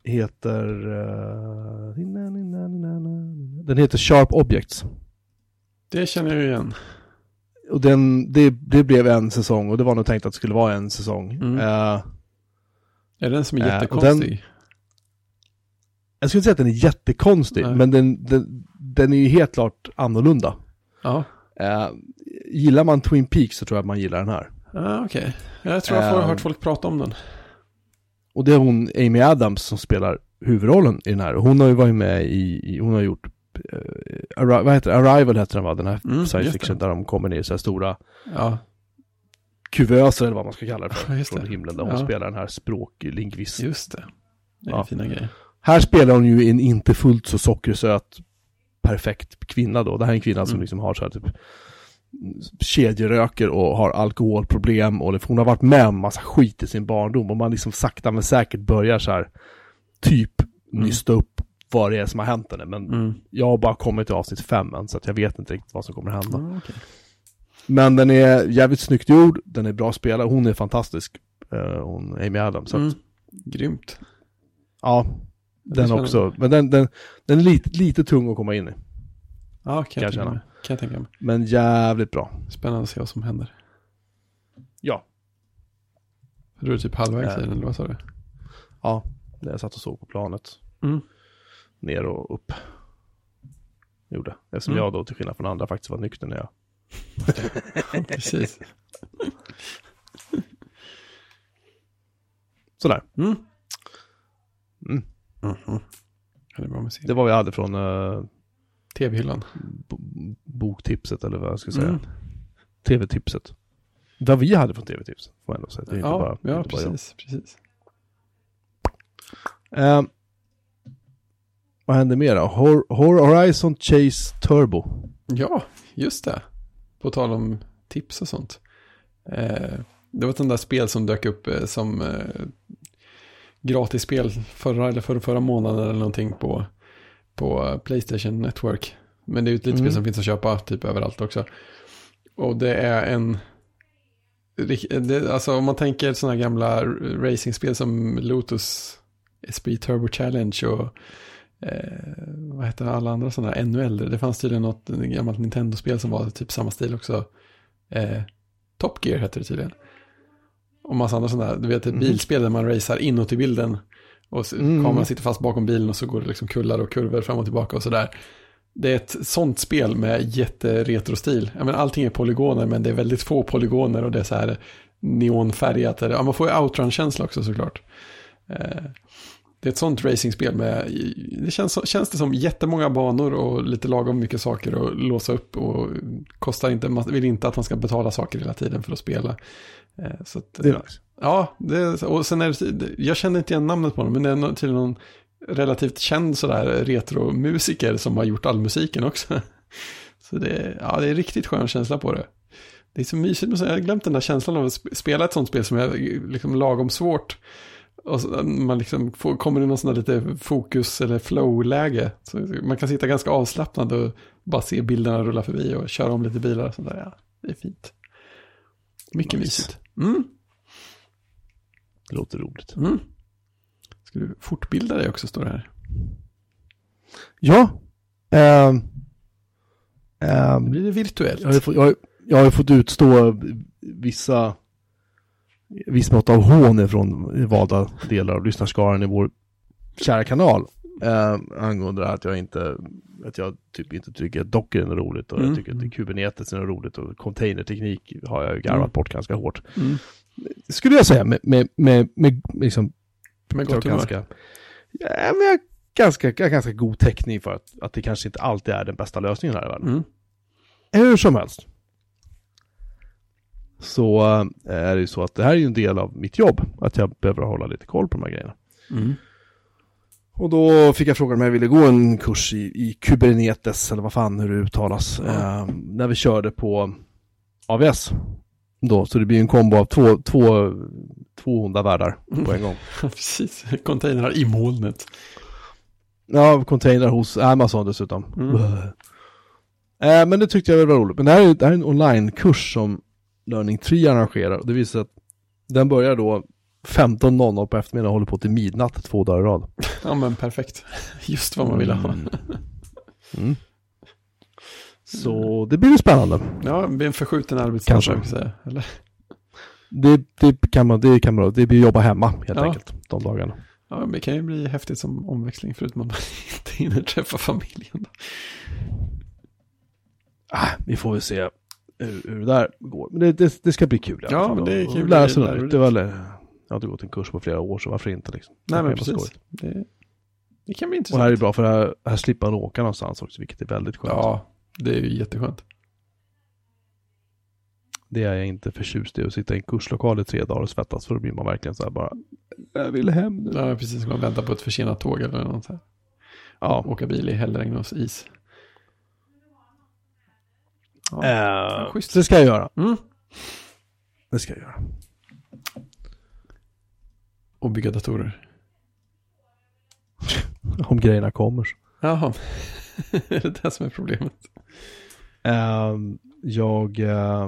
heter Sharp Objects. Det känner jag igen. Och det blev en säsong, och det var nog tänkt att det skulle vara en säsong. Är det den som är jättekonstig? Jag skulle inte säga att den är jättekonstig, men den är ju helt klart annorlunda. Ja. Gillar man Twin Peaks så tror jag att man gillar den här. Okej. Jag tror jag har hört folk prata om den. Och det är hon, Amy Adams, som spelar huvudrollen i den här. Och hon har ju varit med hon har gjort vad heter det? Arrival heter den, va? Den här science fiction där de kommer ner i så här stora kuvöser, eller vad man ska kalla det för, från himlen, där hon spelar den här språklingvist. Just det. Det är fina grejer. Här spelar hon ju en inte fullt så sockersöt perfekt kvinna då. Det här är en kvinna som liksom har så här typ kedjeröker och har alkoholproblem, och hon har varit med om massa skit i sin barndom, och man liksom sakta men säkert börjar så här typ nysta upp vad det är som har hänt henne, men jag har bara kommit till avsnitt 5 än, så att jag vet inte riktigt vad som kommer hända. Okay. Men den är jävligt snyggt gjord, den är bra spelare, hon är fantastisk, hon Amy Adams. Så att, grymt. Ja, den också, men den är lite tung att komma in i. Ja, kan jag tänka mig. Men jävligt bra. Spännande att se vad som händer. Ja. För du är typ halvvägs i den, eller vad sa du? Ja, det jag satt och såg på planet. Ner och upp. Gjorde. Eftersom jag då, till skillnad från andra, faktiskt var nykter när jag... Precis. Sådär. Det var vi hade från TV-hyllan. Boktipset, eller vad jag ska säga. TV-tipset. Vad vi hade från TV-tipset, får jag ändå säga. Det är inte bara, precis. Precis. Vad händer mer då? Horizon Chase Turbo. Ja, just det. På tal om tips och sånt. Det var ett sånt där spel som dök upp som gratisspel förra månaden eller någonting på PlayStation Network. Men det är ju ett litet spel som finns att köpa typ överallt också. Och det är alltså om man tänker sådana gamla racingspel som Lotus Esprit Turbo Challenge och vad heter alla andra sådana ännu äldre. Det fanns tydligen något gammalt Nintendo-spel som var typ samma stil också. Top Gear heter det tydligen. Och massa andra sådana, du vet, ett bilspel där man racear inåt i bilden och kameran sitter fast bakom bilen och så går det liksom kullar och kurvor fram och tillbaka och sådär. Det är ett sånt spel med jätteretro-stil. Jag menar, allting är polygoner, men det är väldigt få polygoner och det är så här neonfärgat. Ja, man får ju outrun-känsla också såklart. Det är ett sånt racingspel med, det känns det som jättemånga banor och lite lagom mycket saker att låsa upp och kostar inte, man vill inte att man ska betala saker hela tiden för att spela. Så att, det är nice. Ja, och sen är det, jag känner inte igen namnet på dem, men det är tydligen någon relativt känd sådär retro-musiker som har gjort all musiken också. Så det är riktigt skön känsla på det. Det är så mysigt, men jag har glömt den där känslan av att spela ett sånt spel som är liksom lagom svårt. Och man liksom kommer i någon sån där lite fokus- eller flow-läge. Så man kan sitta ganska avslappnad och bara se bilderna rulla förbi och köra om lite bilar och sånt där. Ja, det är fint. Mycket mysigt. Det låter roligt. Ska du fortbilda dig också, står det här? Ja. Det blir det virtuellt. Jag har fått utstå viss mått av hån från valda delar av lyssnarskaran i vår kära kanal angående det här att jag typ inte tycker att Docker är något roligt och jag tycker att Kubernetes är något roligt och containerteknik har jag garvat bort ganska hårt. Skulle jag säga med liksom med gott humör. Ganska god täckning för att det kanske inte alltid är den bästa lösningen här i världen. Hur som helst. Så är det ju så att det här är ju en del av mitt jobb. Att jag behöver hålla lite koll på de här grejerna. Och då fick jag frågan om jag ville gå en kurs i Kubernetes, eller vad fan hur det uttalas. När vi körde på AWS. Då, så det blir en kombo av två onda världar på en gång. Precis, containrar i molnet. Ja, container hos Amazon dessutom. Men det tyckte jag var roligt. Men det här är en online-kurs som Learning Tree arrangerar. Och det visar att den börjar då 15.00 på eftermiddagen och håller på till midnatt 2 dagar i rad. Ja, men perfekt. Just vad man vill ha. Så det blir ju spännande. Ja, det blir en förskjuten arbetsdag. Kanske. Säga, eller? Det kan man. Det blir jobba hemma helt enkelt de dagarna. Ja, det kan ju bli häftigt som omväxling förutom att man inte hinner träffa familjen. Vi får väl se hur det där går. Men det ska bli kul. Ja, men det kan ju lära sig något. Jag har inte gått en kurs på flera år, så varför inte liksom. Nej, men precis. Det kan bli intressant. Och här är det bra för här slipper man åka någonstans också, vilket är väldigt skönt. Ja, det är ju jätteskönt. Det är jag inte förtjust i, att sitta i en kurslokal i 3 dagar och svettas, för då blir man verkligen så här bara, jag vill hem nu. Ja, precis. Man väntar på ett försenat tåg eller något så här. Ja. Åka bil i hällregn och is. Ja, det ska jag göra. Det ska jag göra. Och bygga datorer. Om grejerna kommer. Jaha. Är det det som är problemet? Jag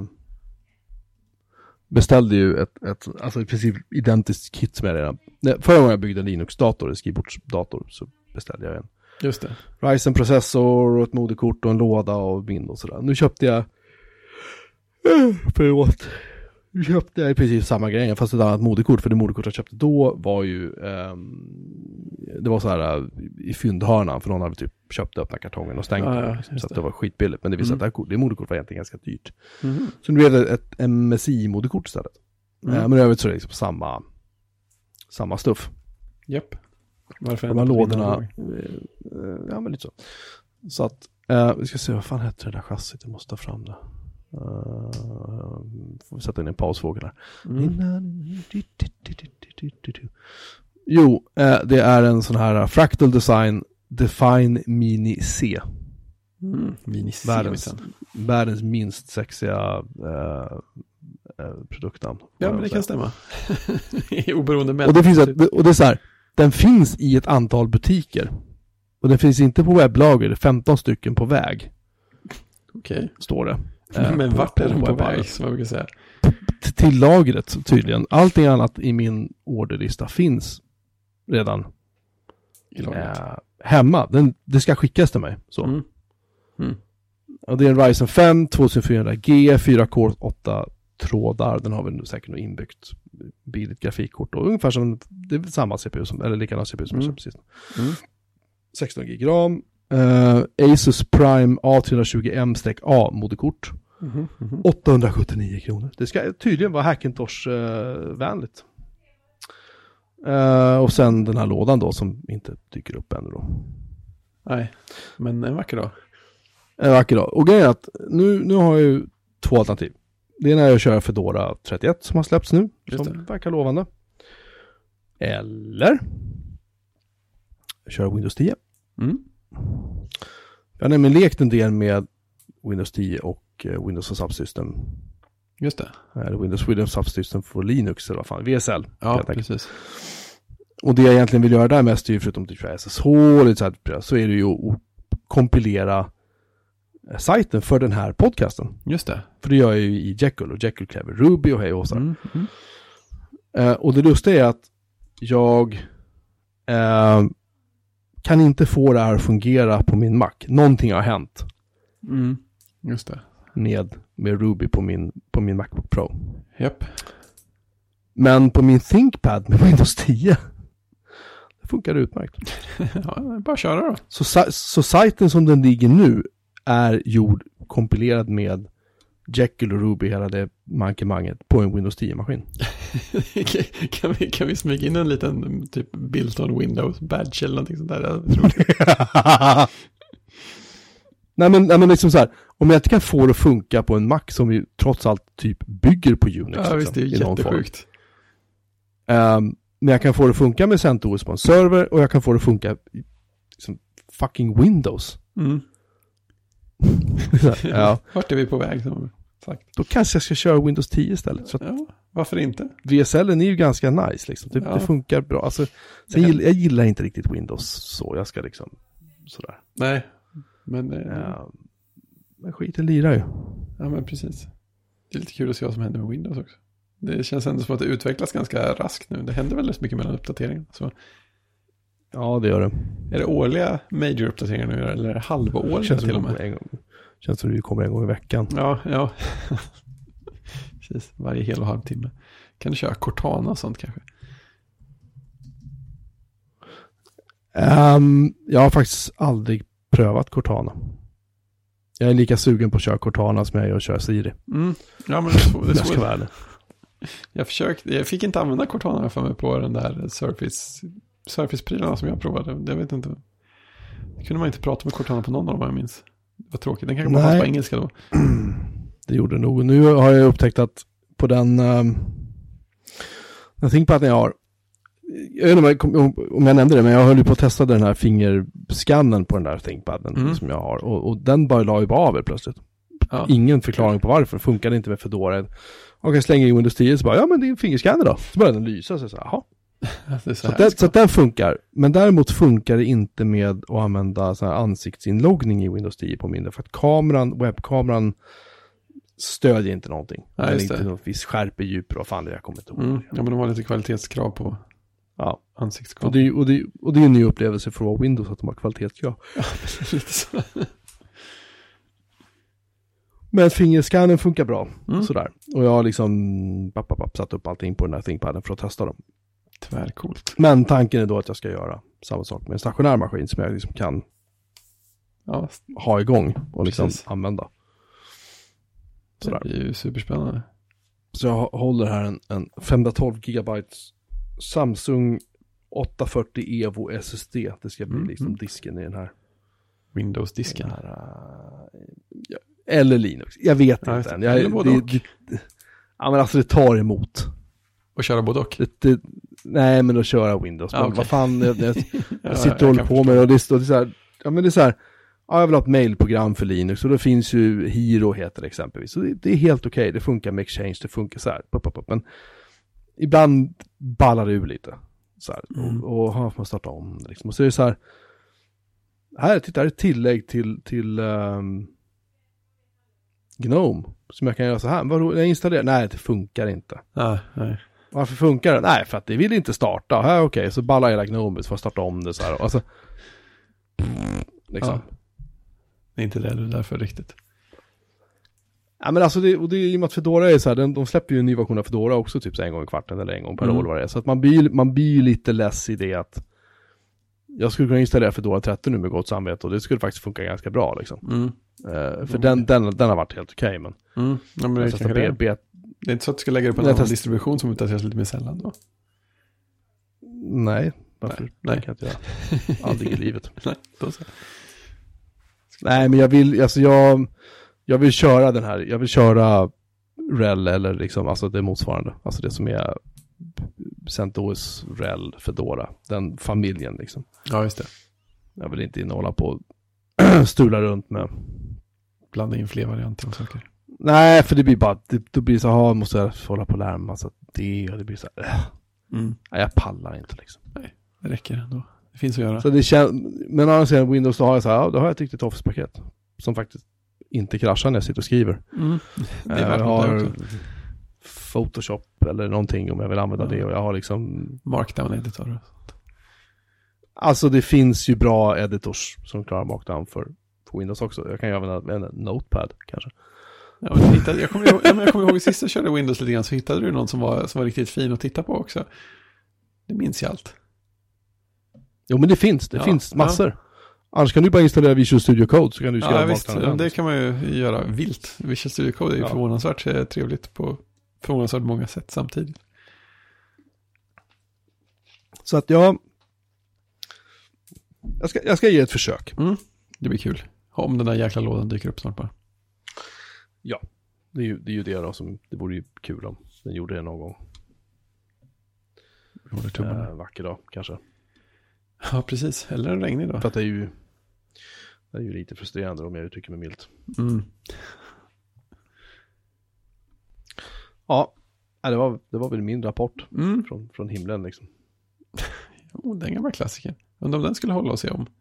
beställde ju ett alltså i princip identiskt kit med redan. Förra gången jag byggde en Linux-dator, en skrivbordsdator, så beställde jag en. Just det. Ryzen-processor och ett moderkort och en låda och bind och sådär. Nu köpte jag Nu köpte jag i princip samma grej, fast ett annat moderkort. För det moderkort jag köpte då var ju det var så här i fyndhörnan, för någon hade typ köpt öppna kartongen och stängt den, så att det var skitbilligt. Men det visade att det moderkort var egentligen ganska dyrt. Så nu blev det ett MSI-moderkort istället. Men i övrigt så är det liksom samma stuff. Japp. Varför de här lådorna ja, men lite så. Så att vi ska se, vad fan heter det där chassit? Jag måste ta fram det. Får vi sätta in en pausfågel här. Jo, det är en sån här Fractal Design Define Mini C. Mini C. Världens minst sexiga produktnamn. Ja, men det kan stämma. Oberoende med. Och det är så här, den finns i ett antal butiker. Och den finns inte på webblager, det är 15 stycken på väg. Okej. Står det. Men vart är den på väg, som jag brukar säga? Till lagret tydligen. Allting annat i min orderlista finns redan I lagret. Hemma. Det ska skickas till mig. Så. Och det är en Ryzen 5 2400G 4K 8 trådar. Den har väl säkert något inbyggt billigt grafikkort. Och ungefär som det är samma CPU eller likadan CPU som jag köpte precis. 16 GB RAM. Asus Prime A320M-A moderkort. 879 kronor. Det ska tydligen vara Hackintosh-vänligt. Och sen den här lådan då som inte dyker upp ännu då. Nej, men en vacker dag. En vacker dag. Och grejen är att nu har jag ju 2 alternativ. Det är när jag kör Fedora 31 som har släppts nu. Som verkar lovande. Eller kör Windows 10. Jag har nämligen lekt en del med Windows 10 och Windows Subsystem. Just det. Eller Windows Subsystem för Linux eller vad fan. VSL. Ja, precis. Och det jag egentligen vill göra där mest är ju förutom att köra SSH och lite så är det ju att kompilera sajten för den här podcasten. Just det. För det gör jag ju i Jekyll och Jekyll kräver Ruby och hej och så. Och det lustiga är att jag kan inte få det här att fungera på min Mac. Någonting har hänt. Just det. Med Ruby på min MacBook Pro. Japp. Men på min ThinkPad med Windows 10 det funkar utmärkt. Ja, bara köra då. Så sajten som den ligger nu är kompilerad med Jekyll och Ruby, hela det mankemanget på en Windows 10-maskin. Kan vi smyga in en liten typ built on Windows badge eller någonting sånt där? Jag tror det. nej men liksom så här, om jag inte kan få det att funka på en Mac som ju trots allt typ bygger på Unix. Ja, visst, det är jättesjukt. Men jag kan få det att funka med CentOS på en server och jag kan få det att funka liksom fucking Windows. Ja. Vart är vi på väg? Sagt. Då kanske jag ska köra Windows 10 istället. Så ja, varför inte? VSL är ju ganska nice liksom. Det funkar bra. Alltså, jag gillar inte riktigt Windows så. Jag ska liksom sådär. Nej, men... men skiten lirar ju. Ja, men precis. Det är lite kul att se vad som händer med Windows också. Det känns ändå som att det utvecklas ganska raskt nu. Det händer väldigt mycket mellan uppdateringar. Så. Ja, det gör det. Är det årliga major-uppdateringar nu eller är det halvårliga till och med? Känns som det kommer en gång i veckan. Ja. Precis, varje hel och halv timme. Kan du köra Cortana och sånt kanske? Jag har faktiskt aldrig prövat Cortana. Jag är lika sugen på att köra Cortana som jag är att köra Siri. Ja, men det är svårt. Jag fick inte använda Cortana för mig på den där Surface-prylarna som jag provade. Jag vet inte. Det kunde man inte prata med Cortana på någon av dem, jag minns. Det var tråkigt. Den kanske bara fanns på engelska då. Det gjorde nog. Nu har jag upptäckt att på den ThinkPaden jag har, jag vet inte om jag nämnde det, men jag höll ju på att testa den här fingerscannen på den där ThinkPaden som jag har. Och den bara la ju bara av plötsligt. Ja. Ingen förklaring på varför. Funkade inte med Fedora. Och jag slänger in Windows 10 så bara, ja men det är en fingerscanner då. Så börjar den lysa så jaha. Så att den funkar. Men däremot funkar det inte med att använda så här ansiktsinloggning i Windows 10 på min. För att webbkameran stödjer inte någonting. Ja, eller inte något viss skärpedjup och fan det jag kommer inte ihåg. Ja, men de har lite kvalitetskrav på ansiktskrav. Och det är en ny upplevelse för att vara Windows att de har kvalitetskrav. Ja, lite så. Men fingerscannen funkar bra. Sådär. Och jag har liksom satt upp allting på den här ThinkPaden för att testa dem. Tvärcoolt. Men tanken är då att jag ska göra samma sak med en stationär maskin som jag liksom kan ha igång och liksom använda. Sådär. Det är ju superspännande. Så jag håller här en 512 GB Samsung 840 Evo SSD. Det ska bli liksom disken i den här. Windows-disken. Eller Linux. Jag vet inte än. Ja, men alltså det tar emot. Och köra både och? Nej, men då köra Windows. Men Okay. vad fan, jag sitter och håller på med det och det är så här, ja men det är så här, ja, jag vill ha ett mailprogram för Linux och då finns ju Hero heter det exempelvis. Så det är helt okej. Det funkar med Exchange, det funkar så här. Men ibland ballar det ur lite. Så här, och har man startat om det liksom. Och så är det så här, titta, här är ett tillägg till GNOME som jag kan göra så här. Vadå, jag installerar? Nej, det funkar inte. Nej. Varför funkar det? Nej, för att det vill inte starta. Här, okej, så ballar hela GNOME för att starta om det så här. Alltså, liksom. Ja. Det är inte det därför riktigt. Ja, men alltså det är i och med att Fedora är så här, de släpper ju en ny version av Fedora också typ så en gång i kvarten eller en gång per år vad det är. Så att man blir ju lite less i det att jag skulle kunna installera Fedora 30 nu med gott samvete och det skulle faktiskt funka ganska bra liksom. För den har varit helt okej, men ja, men det är inte så att du ska lägga det på en annan distribution som uppdateras lite mer sällan då? Nej, varför? Nej. Kan jag inte göra. Aldrig i livet. Nej, då så. Nej, men jag vill köra den här. Jag vill köra RHEL eller liksom, alltså det motsvarande. Alltså det som är CentOS, RHEL, Fedora. Den familjen liksom. Ja, just det. Jag vill inte hålla på och stula runt med. Blanda in fler varianter och saker. Nej, för det blir bara, då blir det så här, måste jag hålla på och lära mig massa det och det blir så här. Nej, jag pallar inte liksom. Nej, det räcker ändå. Det finns att göra. Så det men när jag ser Windows då har jag så här, då har jag ett riktigt Office-paket som faktiskt inte kraschar när jag sitter och skriver. Det är jag har Photoshop eller någonting om jag vill använda det och jag har liksom Markdown-editor. Alltså det finns ju bra editors som klarar Markdown för Windows också. Jag kan ju använda en Notepad kanske. Ja, men jag kommer ihåg sist jag körde Windows lite grann så hittade du någon som var riktigt fin att titta på också. Det minns jag allt. Jo, men det finns massor. Ja. Annars kan du bara installera Visual Studio Code så kan du skriva visst, det kan man ju göra vilt. Visual Studio Code är ju förvånansvärt trevligt på förvånansvärt många sätt samtidigt. Så att jag ska ge ett försök. Det blir kul. Om den där jäkla lådan dyker upp snart bara. Ja, det är ju det då som det vore ju kul om den gjorde det någon gång. Vacker dag kanske. Ja, precis. Eller en regnig dag. För att det är ju lite frustrerande om jag uttrycker mig milt. Ja, det var väl min rapport från himlen liksom. Den gamla klassiken. Undrar om den skulle hålla oss om.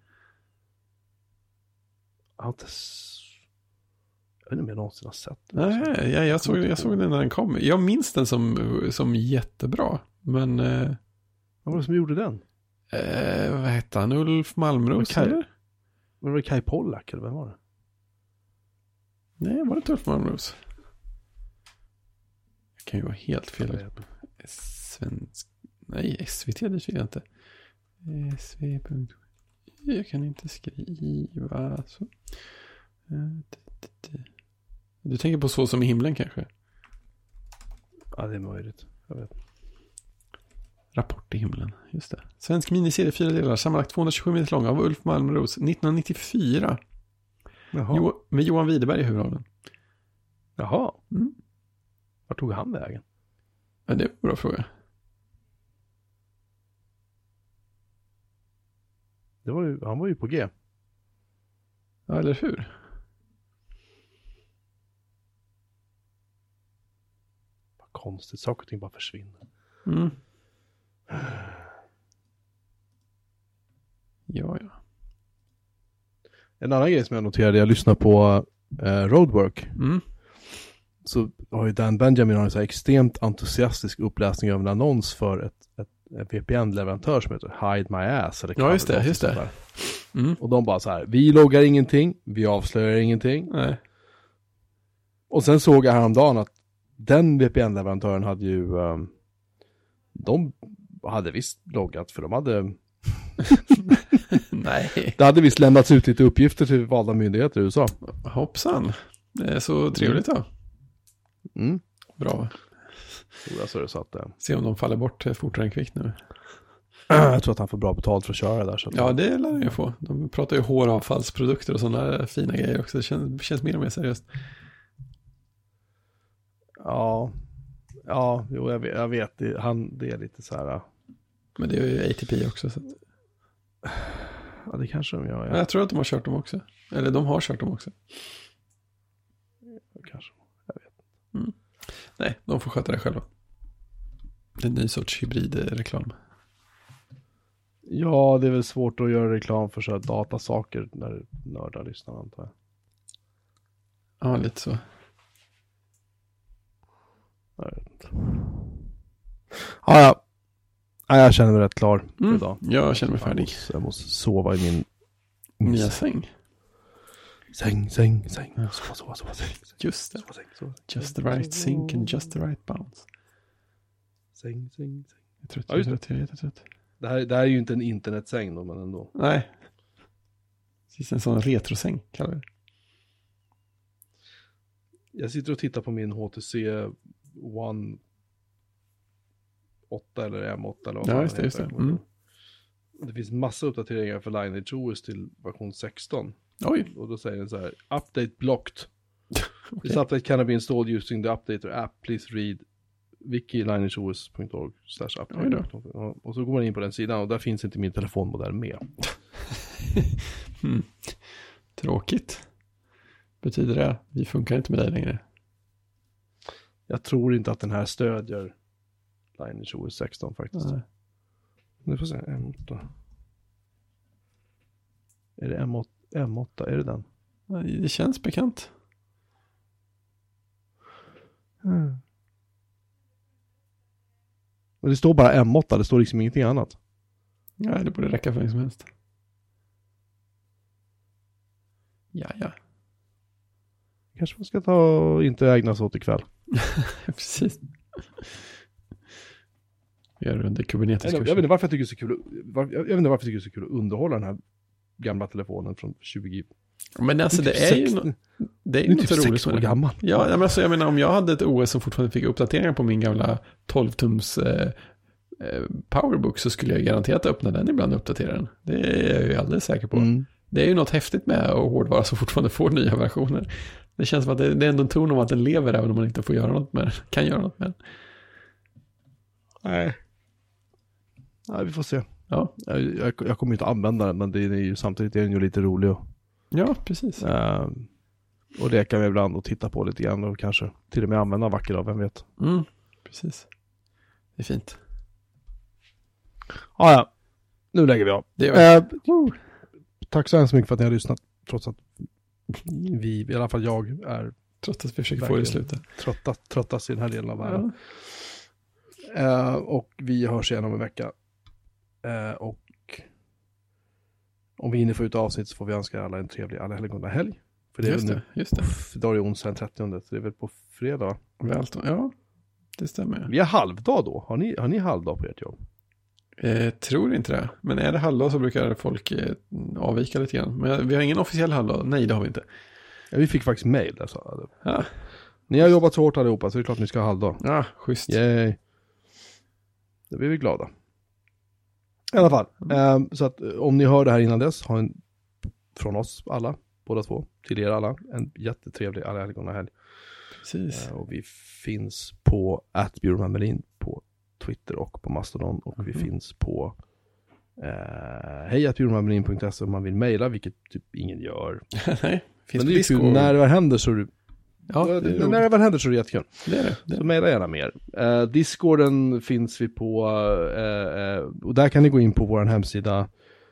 Jag vet inte om jag någonsin har sett den. Nej, jag såg den när den kom. Jag minns den som jättebra. Men vad var det som gjorde den? Vad hette han? Ulf Malmros, eller? Var det Kai Pollak, eller vem var det? Nej, var det inte Ulf Malmros? Jag kan ju vara helt fel. Nej, SVT, det tycker jag inte. Jag kan inte skriva så. Du tänker på Så som i himlen kanske? Ja, det är möjligt. Jag vet. Rapport i himlen, just det. Svensk miniserie 4 delar, sammanlagt 227 minuter lång av Ulf Malmros 1994. Jaha. Med Johan Widerberg i huvudrollen. Jaha. Var tog han vägen? Ja, det är en bra fråga. Han var ju på G. Ja, eller hur? Vad konstigt, saker och ting bara försvinner. Ja. En annan grej som jag noterade, jag lyssnar på Roadwork. Så har ju Dan Benjamin en så här extremt entusiastisk uppläsning av en annons för ett VPN-leverantör som heter Hide My Ass. Eller ja, just det. Och de bara så här, vi loggar ingenting, vi avslöjar ingenting. Nej. Och sen såg jag häromdagen att den VPN-leverantören hade ju de hade visst loggat för de hade Nej. Det hade visst lämnats ut lite uppgifter till valda myndigheter i USA. Hoppsan. Det är så trevligt då. Bra. Så att, se om de faller bort fortare än kvickt nu. Jag tror att han får bra betalt för att köra där. Så att ja, det lär han ju få. De pratar ju håravfallsprodukter och sådana fina grejer också. Det känns mer och mer seriöst. Ja, jo, jag vet. Det är lite så här. Men det är ju ATP också. Så att... Ja, det kanske de gör. Ja. Jag tror att de har kört dem också. Eller de har kört dem också. Kanske. Jag vet. Nej, de får sköta det själva. Det är en ny sorts hybridreklam. Ja, det är väl svårt att göra reklam för så här datasaker när nördar lyssnar, antar jag. Ja, lite så. Jag vet inte. Ja. Jag känner mig rätt klar för idag. Jag känner mig färdig. Jag måste sova i min nya säng. Säng. Sova, säng. Just det. Sova. Just the right sink and just the right bounce. Säng. Jag är trött. Det här är ju inte en internetsäng då, men ändå. Nej. Precis, en sån retrosäng kallar vi det. Jag sitter och tittar på min HTC One 8 eller M8 eller vad ja, just det. Det finns massa uppdateringar för Lineage OS till version 16. Oj. Och då säger den så här: update blocked. Okay. This update cannot be installed using the updater app. Please read wiki.lineageos.org/update. Och så går man in på den sidan och där finns inte min telefonmodell med. Tråkigt. Betyder det att vi funkar inte med dig längre? Jag tror inte att den här stödjer Lineage OS 16 faktiskt. Nej. Nu får se, M8. Är det M8? Är det den? Det känns bekant. Men det står bara M8, det står liksom ingenting annat. Ja, det borde räcka för vad som helst. Ja. Kanske man ska ta och inte ägna sig åt ikväll. Precis. Gör det under Kubernetes-kursen. Jag vet inte varför jag tycker det är så kul att underhålla den här gamla telefonen från 20. Men alltså det är ju det är ju typ 6 år gammal. Ja, men alltså jag menar om jag hade ett OS som fortfarande fick uppdateringar på min gamla 12-tums Powerbook så skulle jag garanterat öppna den ibland och uppdatera den. Det är jag ju alldeles säker på. Det är ju något häftigt med att hårdvara som fortfarande får nya versioner. Det känns som att det är ändå en ton om att den lever även om man inte får göra något med den. Kan göra något med den. Nej, vi får se. Ja. Jag kommer inte använda den, men det är ju, samtidigt är den ju lite rolig. Ja, precis. Och det kan vi ibland och titta på lite grann och kanske till och med använda vacker av, vem vet. Precis. Det är fint. Ja. Nu lägger vi av. Tack så hemskt mycket för att ni har lyssnat, trots att vi, i alla fall jag, är trots att vi försöker få det i slutet. Tröttas i den här delen av världen. Och vi hörs igen om en vecka. Och om vi hinner få ut avsnitt så får vi önska alla en trevlig allhelgona helg. För det är just det. Idag är onsdag den 30, så det är väl på fredag. Ja, det stämmer. Vi har halvdag då. Har ni halvdag på ert jobb? Tror inte det. Men är det halvdag så brukar folk avvika lite grann. Men vi har ingen officiell halvdag. Nej, det har vi inte. Ja, vi fick faktiskt mejl där. Ja. Ni har jobbat så hårt allihopa så det är klart ni ska ha halvdag. Ja, schysst. Yay. Då blir vi glada. I alla fall. Så att om ni hör det här innan dess, ha en från oss alla, båda två, till er alla, en jättetrevlig allhelgona helg. Precis. Och vi finns på @bjurmanmelin på Twitter och på Mastodon, och vi finns på hej@bjurmanmelin.se om man vill mejla, vilket typ ingen gör. Nej, finns men det är kul, när det väl händer så är det när det väl händer så är det jättekul. Det är det. Så mejla gärna mer. Discorden finns vi på och där kan ni gå in på vår hemsida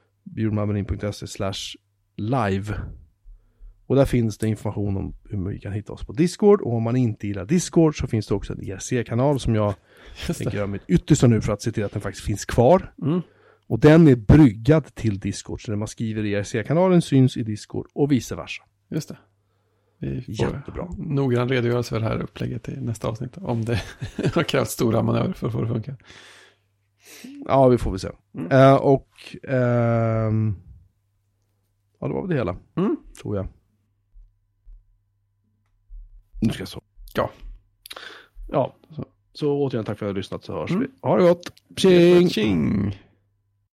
bjurmanmelin.se/live. Och där finns det information om hur man kan hitta oss på Discord. Och om man inte gillar Discord så finns det också en IRC-kanal som jag tänker göra mitt yttersta nu för att se till att den faktiskt finns kvar. Och den är bryggad till Discord. Så när man skriver IRC-kanalen syns i Discord och vice versa. Just det. Jättebra. Noggrann redogörelse för det här upplägget i nästa avsnitt. Om det har krävt stora manöver för att få det att funka. Ja, vi får väl se. Ja, det var väl det hela. Tror jag. Nu ska jag så. Ja. Så återigen tack för att du har lyssnat, så hörs vi. Ha det gott. Tjing!